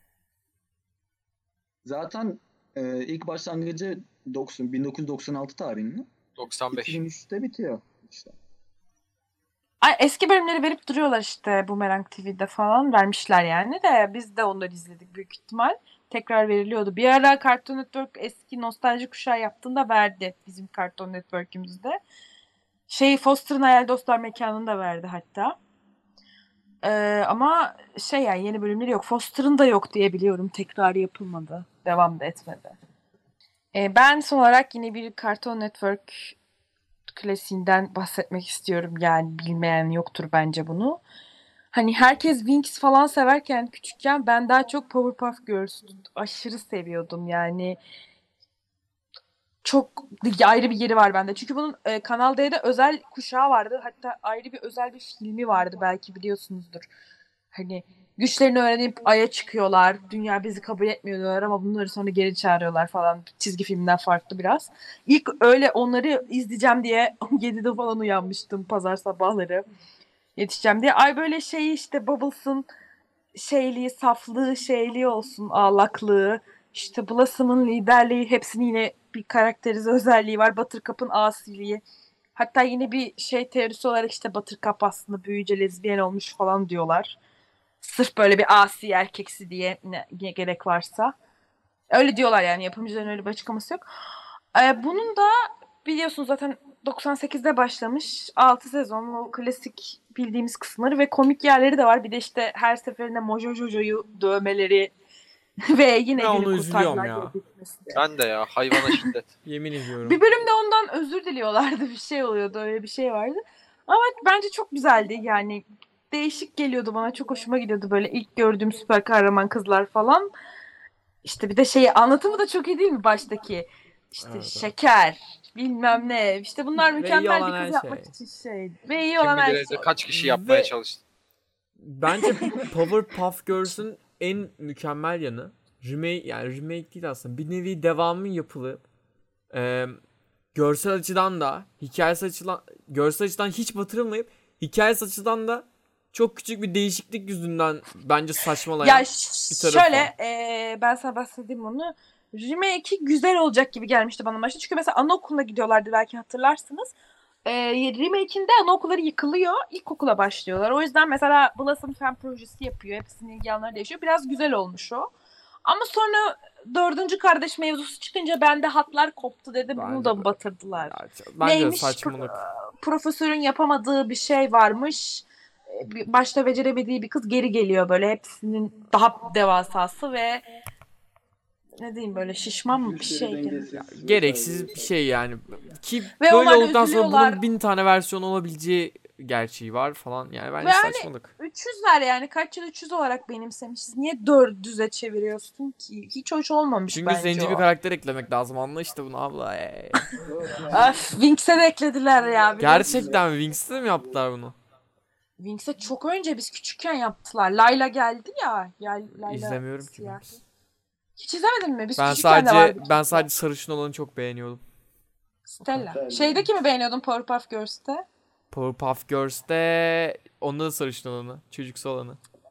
Zaten ilk başlangıcı 1996 tarihinde. 95. 2003'te bitiyor işte. Ay, eski bölümleri verip duruyorlar işte Boomerang TV'de falan vermişler yani de biz de onları izledik büyük ihtimal. Tekrar veriliyordu. Bir ara Cartoon Network eski nostalji kuşağı yaptığında verdi bizim Cartoon Network'ümüzde. Foster'ın Hayal Dostlar Mekanı'nı da verdi hatta. Ama yani yeni bölümleri yok. Foster'ın da yok diye biliyorum. Tekrar yapılmadı. Devam da etmedi. Ben son olarak yine bir Cartoon Network klasiğinden bahsetmek istiyorum. Yani bilmeyen yoktur bence bunu. Hani herkes Winx falan severken küçükken ben daha çok Powerpuff Girls aşırı seviyordum. Yani çok ayrı bir yeri var bende. Çünkü bunun Kanal D'de özel kuşağı vardı. Hatta ayrı bir özel bir filmi vardı belki biliyorsunuzdur. Hani güçlerini öğrenip Ay'a çıkıyorlar. Dünya bizi kabul etmiyor diyorlar ama bunları sonra geri çağırıyorlar falan. Çizgi filmden farklı biraz. İlk öyle onları izleyeceğim diye 7'de falan uyanmıştım pazar sabahları. Yetişeceğim diye. Ay böyle işte Bubbles'ın saflığı olsun, ağlaklığı. İşte Blossom'un liderliği, hepsinin yine bir karakterize özelliği var. Buttercup'ın asiliği. Hatta yine bir teorisi olarak işte Buttercup aslında büyüyünce lezbiyen olmuş falan diyorlar. Sırf böyle bir asi erkeksi diye ne gerek varsa. Öyle diyorlar yani yapımcıların öyle bir açıklaması yok. Bunun da biliyorsunuz zaten 98'de başlamış. 6 sezon o klasik bildiğimiz kısımları ve komik yerleri de var. Bir de işte her seferinde Mojo Jojo'yu dövmeleri ve yine Ben günü onu üzülüyorum kurtardılar ya. diye bitmesi. Ben de ya hayvana şiddet. Yemin ediyorum. Bir bölümde ondan özür diliyorlardı. Bir şey oluyordu. Öyle bir şey vardı. Ama bence çok güzeldi. Yani değişik geliyordu bana. Çok hoşuma gidiyordu böyle ilk gördüğüm süper kahraman kızlar falan. İşte bir de anlatımı da çok iyi değil mi baştaki? İşte Evet. şeker, bilmem ne. İşte bunlar Ve iyi mükemmel olan bir kız her yapmak şey. için Ve iyi Kim olan her bilir evde şey. kaç kişi yapmaya Ve- çalıştı. Bence Powerpuff Girls'ün en mükemmel yanı remake değil aslında. Bir nevi devamı yapılıp görsel açıdan da görsel açıdan hiç batırılmayıp hikayesi açıdan da çok küçük bir değişiklik yüzünden bence saçmalayan Ya bir tarafı şöyle var. ben sana bahsedeyim onu. Remake'i güzel olacak gibi gelmişti bana başta. Çünkü mesela anaokuluna gidiyorlardı belki hatırlarsınız. Remake'inde anaokulları yıkılıyor. İlkokula başlıyorlar. O yüzden mesela Blossom Fen projesi yapıyor. Hepsinin ilgi alanları değişiyor. Biraz güzel olmuş o. Ama sonra dördüncü kardeş mevzusu çıkınca bende hatlar koptu dedim. Bunu Bence da de. batırdılar. Bence de Neymiş? saçmalık. Profesörün yapamadığı bir şey varmış. Başta beceremediği bir kız geri geliyor böyle. Hepsinin daha devasası ve ne diyeyim böyle şişman mı bir Güçleri şey. dengesiz Gereksiz vesaire. bir şey yani. Ki Ve böyle onlar da olduktan sonra üzülüyorlar. bunun 1000 tane versiyon olabileceği gerçeği var falan. Yani bence Ve hani saçmalık. 300'ler yani kaç yıl 300 olarak benimsemişiz. Niye 400'e çeviriyorsun ki? Hiç hoş olmamış Çünkü bence zenci o. bir karakter eklemek lazım. Anla işte bunu abla. Evet, yani Winx'e de eklediler ya. Gerçekten Wings'te mi yaptılar bunu? Winx'e çok önce biz küçükken yaptılar. Layla geldi ya. Layla İzlemiyorum ki siyah. Wings. Hiç izlemedin mi? Biz Ben küçükken de vardı. sadece sarışın olanı çok beğeniyordum. Stella. Stella. Şeydeki mi beğeniyordun Powerpuff Girls'te? Powerpuff Girls'te onda da sarışın olanı, çocuksu olanı.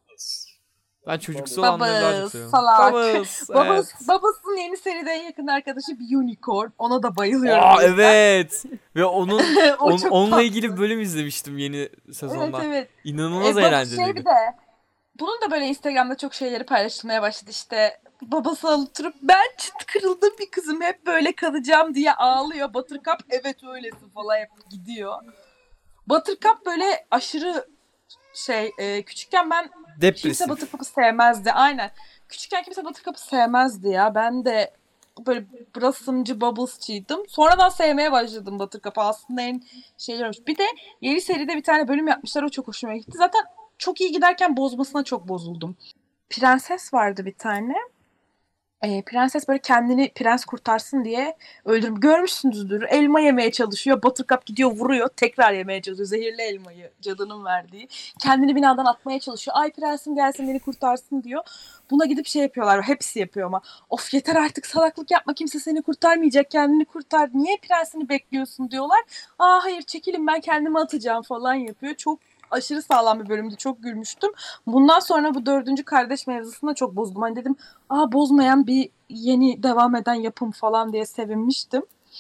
Ben çocuksu olanları daha çok Bubbles, seviyorum. salak. Bubbles, evet. Bubbles'ın yeni seride en yakın arkadaşı bir unicorn. Ona da bayılıyorum. Aa o yüzden. evet. Ve O çok onunla tatlı. ilgili bölüm izlemiştim yeni sezonda. Evet. İnanılmaz Bubbles eğlenceliydi. bir de Bunun da böyle Instagram'da çok şeyleri paylaşılmaya başladı işte. Babası oturup ben çıt kırıldım bir kızım hep böyle kalacağım diye ağlıyor. Buttercup evet öylesin falan yapıp gidiyor. Buttercup böyle aşırı küçükken kimse Depresif. Buttercup'ı sevmezdi. Aynen. Küçükken kimse Buttercup'ı sevmezdi ya. Ben de böyle Blossom'cı Bubbles'çıydım. Sonradan sevmeye başladım Buttercup'ı. Aslında en şeyler olmuş. Bir de yeni seride bir tane bölüm yapmışlar. O çok hoşuma gitti. Zaten çok iyi giderken bozmasına çok bozuldum. Prenses vardı bir tane. Prenses böyle kendini prens kurtarsın diye öldürüm. Görmüşsünüzdür. Elma yemeye çalışıyor. Buttercup gidiyor vuruyor. Tekrar yemeye çalışıyor. Zehirli elmayı cadının verdiği. Kendini binadan atmaya çalışıyor. Ay prensim gelsin beni kurtarsın diyor. Buna gidip şey yapıyorlar. Hepsi yapıyor ama. Of yeter artık salaklık yapma. Kimse seni kurtarmayacak. Kendini kurtar. Niye prensini bekliyorsun diyorlar. Aa hayır çekilin ben kendimi atacağım falan yapıyor. Çok aşırı sağlam bir bölümdü. Çok gülmüştüm. Bundan sonra bu 4. kardeş mevzusunda çok bozdum. Hani dedim bozmayan bir yeni devam eden yapım falan diye sevinmiştim.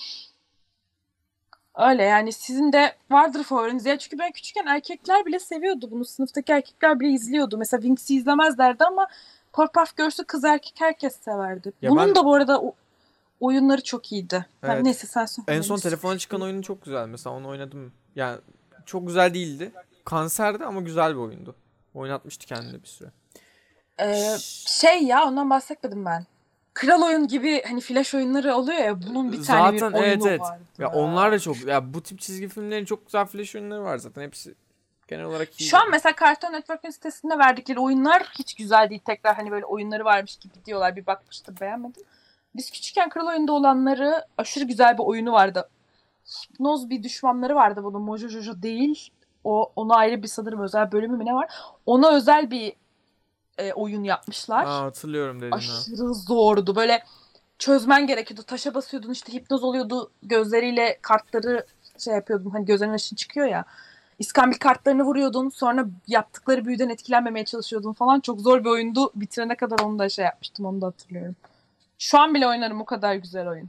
Öyle yani sizin de vardır favoriniz ya. Çünkü ben küçükken erkekler bile seviyordu bunu. Sınıftaki erkekler bile izliyordu. Mesela Winx'i izlemezlerdi ama Powerpuff Girls'ü kız erkek herkes severdi. Ya Bunun ben- da bu arada oyunları çok iyiydi. Evet. Neyse sen söyle. En son telefona çıkan oyunu çok güzel. Mesela onu oynadım. Yani çok güzel değildi. Kanserdi ama güzel bir oyundu. Oynatmıştı kendini bir süre. Ondan bahsetmedim ben. Kral oyun gibi hani flash oyunları oluyor ya bunun bir tane Zaten bir oyunu evet. vardı. Ya onlar da çok ya bu tip çizgi filmlerin çok güzel flash oyunları var zaten. Hepsi genel olarak iyi. Şu an mesela Cartoon Network'ün sitesinde verdikleri oyunlar hiç güzel değil. Tekrar hani böyle oyunları varmış gibi diyorlar. Bir bakmıştım beğenmedim. Biz küçükken Kral Oyun'da olanları aşırı güzel bir oyunu vardı. Hipnoz bir düşmanları vardı bunun. Mojo Jojo değil. Ona ayrı bir sanırım özel bölümü mü ne var? Ona özel bir oyun yapmışlar. Hatırlıyorum dedin ha. Aşırı zordu. Böyle çözmen gerekiyordu. Taşa basıyordun işte hipnoz oluyordu. Gözleriyle kartları yapıyordun. Hani gözlerinin ışın çıkıyor ya. İskambil kartlarını vuruyordun. Sonra yaptıkları büyüden etkilenmemeye çalışıyordun falan. Çok zor bir oyundu. Bitirene kadar onu da yapmıştım. Onu da hatırlıyorum. Şu an bile oynarım o kadar güzel oyun.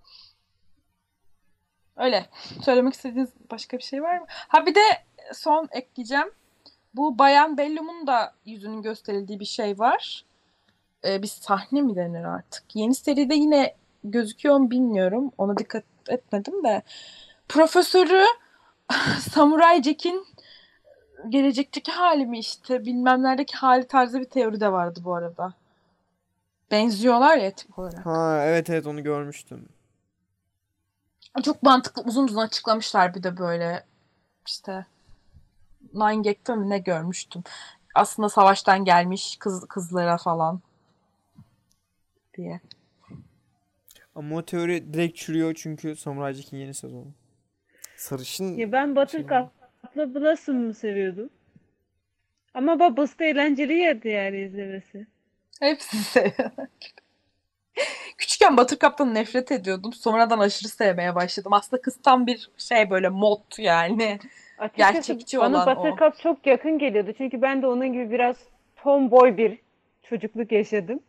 Öyle. Söylemek istediğiniz başka bir şey var mı? Ha bir de son ekleyeceğim. Bu Bayan Bellum'un da yüzünün gösterildiği bir şey var. Bir sahne mi denir artık? Yeni seride yine gözüküyor mu bilmiyorum. Ona dikkat etmedim de. Profesörü Samurai Jack'in gelecekteki hali mi işte bilmem neredeki hali tarzı bir teori de vardı bu arada. Benziyorlar ya tip olarak. Ha evet onu görmüştüm. Çok mantıklı uzun uzun açıklamışlar bir de böyle işte Nine Gag'te mi ne görmüştüm. Aslında savaştan gelmiş kızlara falan diye. Ama o teori direkt çürüyor çünkü Samurai Jack'in yeni sezonu. Sarışın Ya ben Buttercup'la Blossom'u seviyordum. Ama Bubbles da eğlenceli yerdi yani izlemesi. Hepsini seviyorum. Küçükken Buttercup'tan nefret ediyordum. Sonradan aşırı sevmeye başladım. Aslında kız tam bir böyle mod yani. Açıkçası Gerçekçi bana olan o. Buttercup çok yakın geliyordu. Çünkü ben de onun gibi biraz tomboy bir çocukluk yaşadım.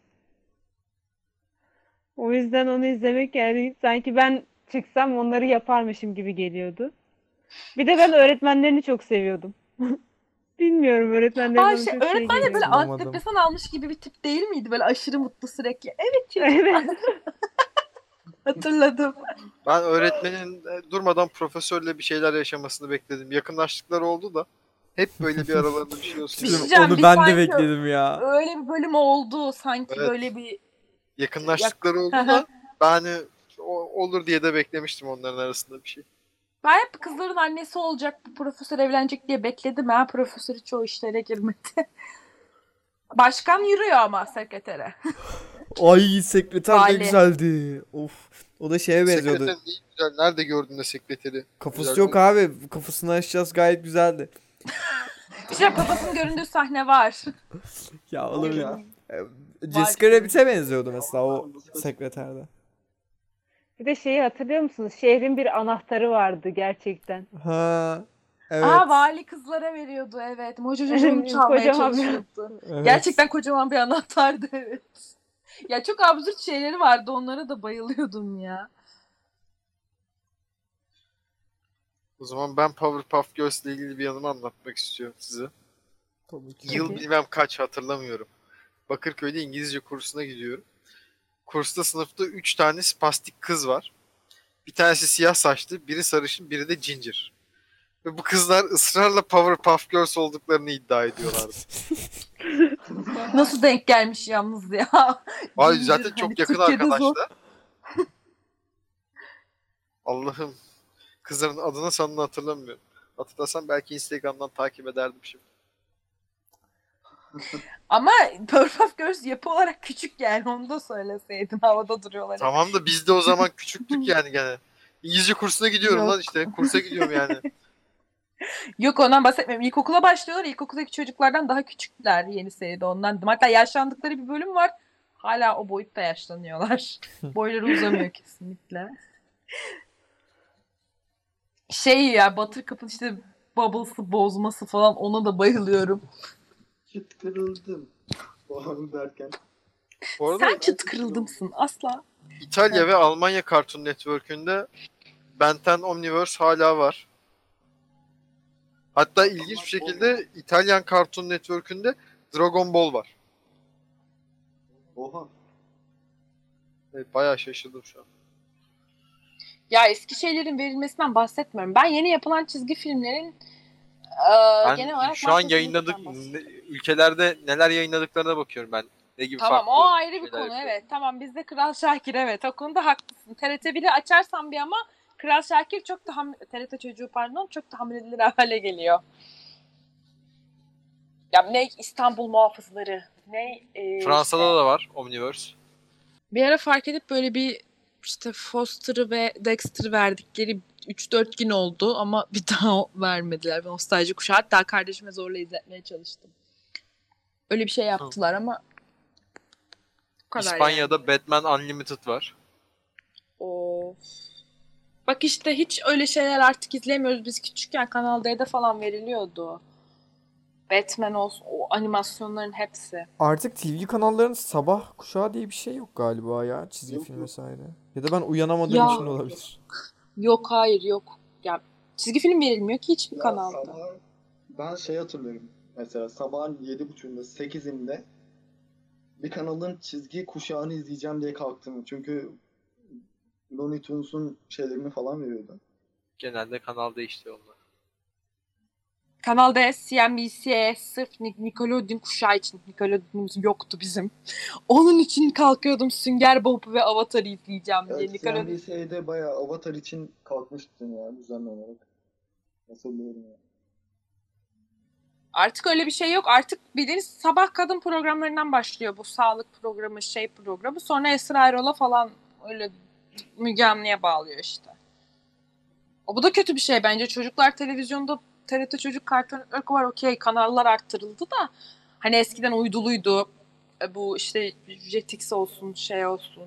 O yüzden onu izlemek yani sanki ben çıksam onları yaparmışım gibi geliyordu. Bir de ben öğretmenlerini çok seviyordum. Bilmiyorum öğretmenleri bana çok şey Öğretmen de böyle geliyordu. Bulamadım. antidepresan almış gibi bir tip değil miydi? Böyle aşırı mutlu sürekli. Evet çocuk. Evet. Hatırladım. Ben öğretmenin durmadan profesörle bir şeyler yaşamasını bekledim. Yakınlaştıkları oldu da hep böyle bir aralarında bir şey olsun. Bir şey dedim. diyeceğim, Onu biz ben de sanki bekledim ya. Öyle bir bölüm oldu. Sanki Evet. böyle bir... Yakınlaştıkları oldu da ben hani olur diye de beklemiştim onların arasında bir şey. Ben hep kızların annesi olacak, bu profesör evlenecek diye bekledim. Profesör hiç o işlere girmedi. Başkan yürüyor ama sekretere. Ay sekreter ne Vali. güzeldi. Of. O da şeye benziyordu. Sekreter iyi güzel. Nerede gördün de sekreteri? Kafası Güzel yok abi. Kafasını açacağız gayet güzeldi. İşte kafasının göründüğü sahne var. Ya Olur olabilir. ya. Jessica Rabbit'e benziyordu mesela o sekreterde. Bir de şeyi hatırlıyor musunuz? Şehrin bir anahtarı vardı gerçekten. Ha. Evet. Vali kızlara veriyordu evet. Mojo Jojo'yu çalmaya Kocaman bir- çalışıyordu. Evet. Gerçekten kocaman bir anahtardı evet. Ya çok absürt şeyleri vardı. Onlara da bayılıyordum ya. O zaman ben Powerpuff Girls ile ilgili bir yanımı anlatmak istiyorum size. Tabii ki. Yıl Tabii. bilmem kaç hatırlamıyorum. Bakırköy'de İngilizce kursuna gidiyorum. Kursta sınıfta 3 tane spastik kız var. Bir tanesi siyah saçlı, biri sarışın, biri de ginger. Ve bu kızlar ısrarla Powerpuff Girls olduklarını iddia ediyorlardı. Nasıl denk gelmiş yalnız ya. Ay Ginger, zaten hani çok yakın Türkiye'de zor. arkadaşlar. Allah'ım. Kızların adını sanını hatırlamıyorum. Hatırlasam belki Instagram'dan takip ederdim şimdi. Ama Powerpuff Girls yapı olarak küçük yani onu da söyleseydin havada duruyorlar. hep. Tamam da biz de o zaman küçüktük yani gene. İngilizce kursuna gidiyorum Yok. lan işte. Kursa gidiyorum yani. Yok ondan bahsetmiyorum. İlkokula başlıyorlar. İlkokuldaki çocuklardan daha küçükler yeni seride ondan. Hatta yaşlandıkları bir bölüm var. Hala o boyutta yaşlanıyorlar. Boyları uzamıyor kesinlikle. Şey ya Buttercup'ın işte Bubbles'ı bozması falan ona da bayılıyorum. Çıt kırıldım. Falan derken. Bu arada Sen çıt kırıldımsın asla. İtalya ve Almanya Cartoon Network'ünde Ben 10 Omniverse hala var. Hatta ilginç bir şekilde İtalyan Cartoon Network'ünde Dragon Ball var. Oha. Evet, bayağı şaşırdım şu an. Ya eski şeylerin verilmesinden bahsetmiyorum. Ben yeni yapılan çizgi filmlerin genel Ben olarak şu an markasından yayınladık bahsediyorum. ülkelerde neler yayınladıklarına bakıyorum ben. Ne gibi Tamam farklı o ayrı bir şeyler konu yapıyor. evet. Tamam bizde Kral Şakir evet o konuda haklısın. TRT 1'i açarsan bir ama Kral Şakir çok da TRT çocuğu pardon çok da hamle edilir hale geliyor. Ya ne İstanbul muhafızları ne Fransa'da da var Omniverse. bir ara fark edip böyle bir işte Foster'ı ve Dexter'ı verdikleri 3-4 gün oldu ama bir daha vermediler. Ben nostalji kuşağı hatta kardeşime zorla izletmeye çalıştım. Öyle bir şey yaptılar ama bu kadar İspanya'da yani. Batman Unlimited var. Of. Bak işte hiç öyle şeyler artık izlemiyoruz. Biz küçükken Kanal D'de falan veriliyordu. Batman olsun, o animasyonların hepsi. Artık TV kanallarının sabah kuşağı diye bir şey yok galiba ya. Çizgi Yok, film yok. vesaire. Ya da ben uyanamadığım Ya. için olabilir. Yok hayır yok. Ya çizgi film verilmiyor ki hiçbir Ya kanalda. sabah ben şey hatırlıyorum. Mesela sabahın 7.30'unda 8'inde bir kanalın çizgi kuşağını izleyeceğim diye kalktım. Çünkü Looney Tunes'un şeylerini falan veriyordu. Genelde kanal değişti onlar. Kanal D, CNBC sırf Nickelodeon kuşağı için. Nickelodeon'umuz yoktu bizim. Onun için kalkıyordum Sünger Bob ve Avatar'ı izleyeceğim diye. Evet, Nickelodeon. CNBC'de bayağı Avatar için kalkmıştın ya düzenli olarak. Nasıl biliyorum ya. Artık öyle bir şey yok. Artık bildiğiniz sabah kadın programlarından başlıyor bu sağlık programı, şey programı. Sonra Esra Erol'a falan öyle Müge Anlı'ya bağlıyor işte. O bu da kötü bir şey bence. Çocuklar televizyonda TRT Çocuk Cartoon Network var okey kanallar arttırıldı da hani eskiden uyduluydu. Bu işte Jetix olsun şey olsun.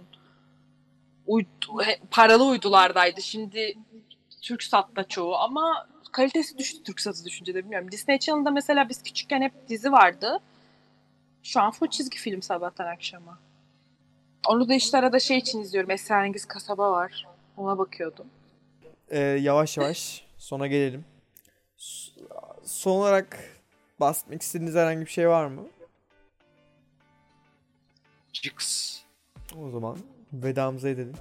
Paralı uydulardaydı. Şimdi TürkSat'ta çoğu ama kalitesi düştü TürkSat'ı düşünce de bilmiyorum. Disney Channel'da mesela biz küçükken hep dizi vardı. Şu an full çizgi film sabahtan akşama. Onu da işte arada şey için izliyorum. Esrarengiz Kasaba var. Ona bakıyordum. Yavaş yavaş sona gelelim. Son olarak bahsetmek istediğiniz herhangi bir şey var mı? Jix. O zaman vedamızı edelim.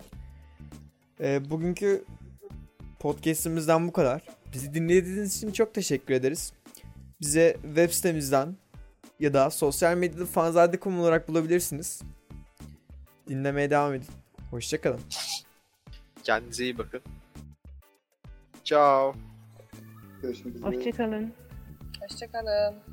Bugünkü podcast'imizden bu kadar. Bizi dinlediğiniz için çok teşekkür ederiz. Bize web sitemizden ya da sosyal medyada fanzade.com olarak bulabilirsiniz. Dinlemeye devam edin. Hoşçakalın. Kendinize iyi bakın. Ciao. Görüşmek üzere. Hoşçakalın. Hoşçakalın.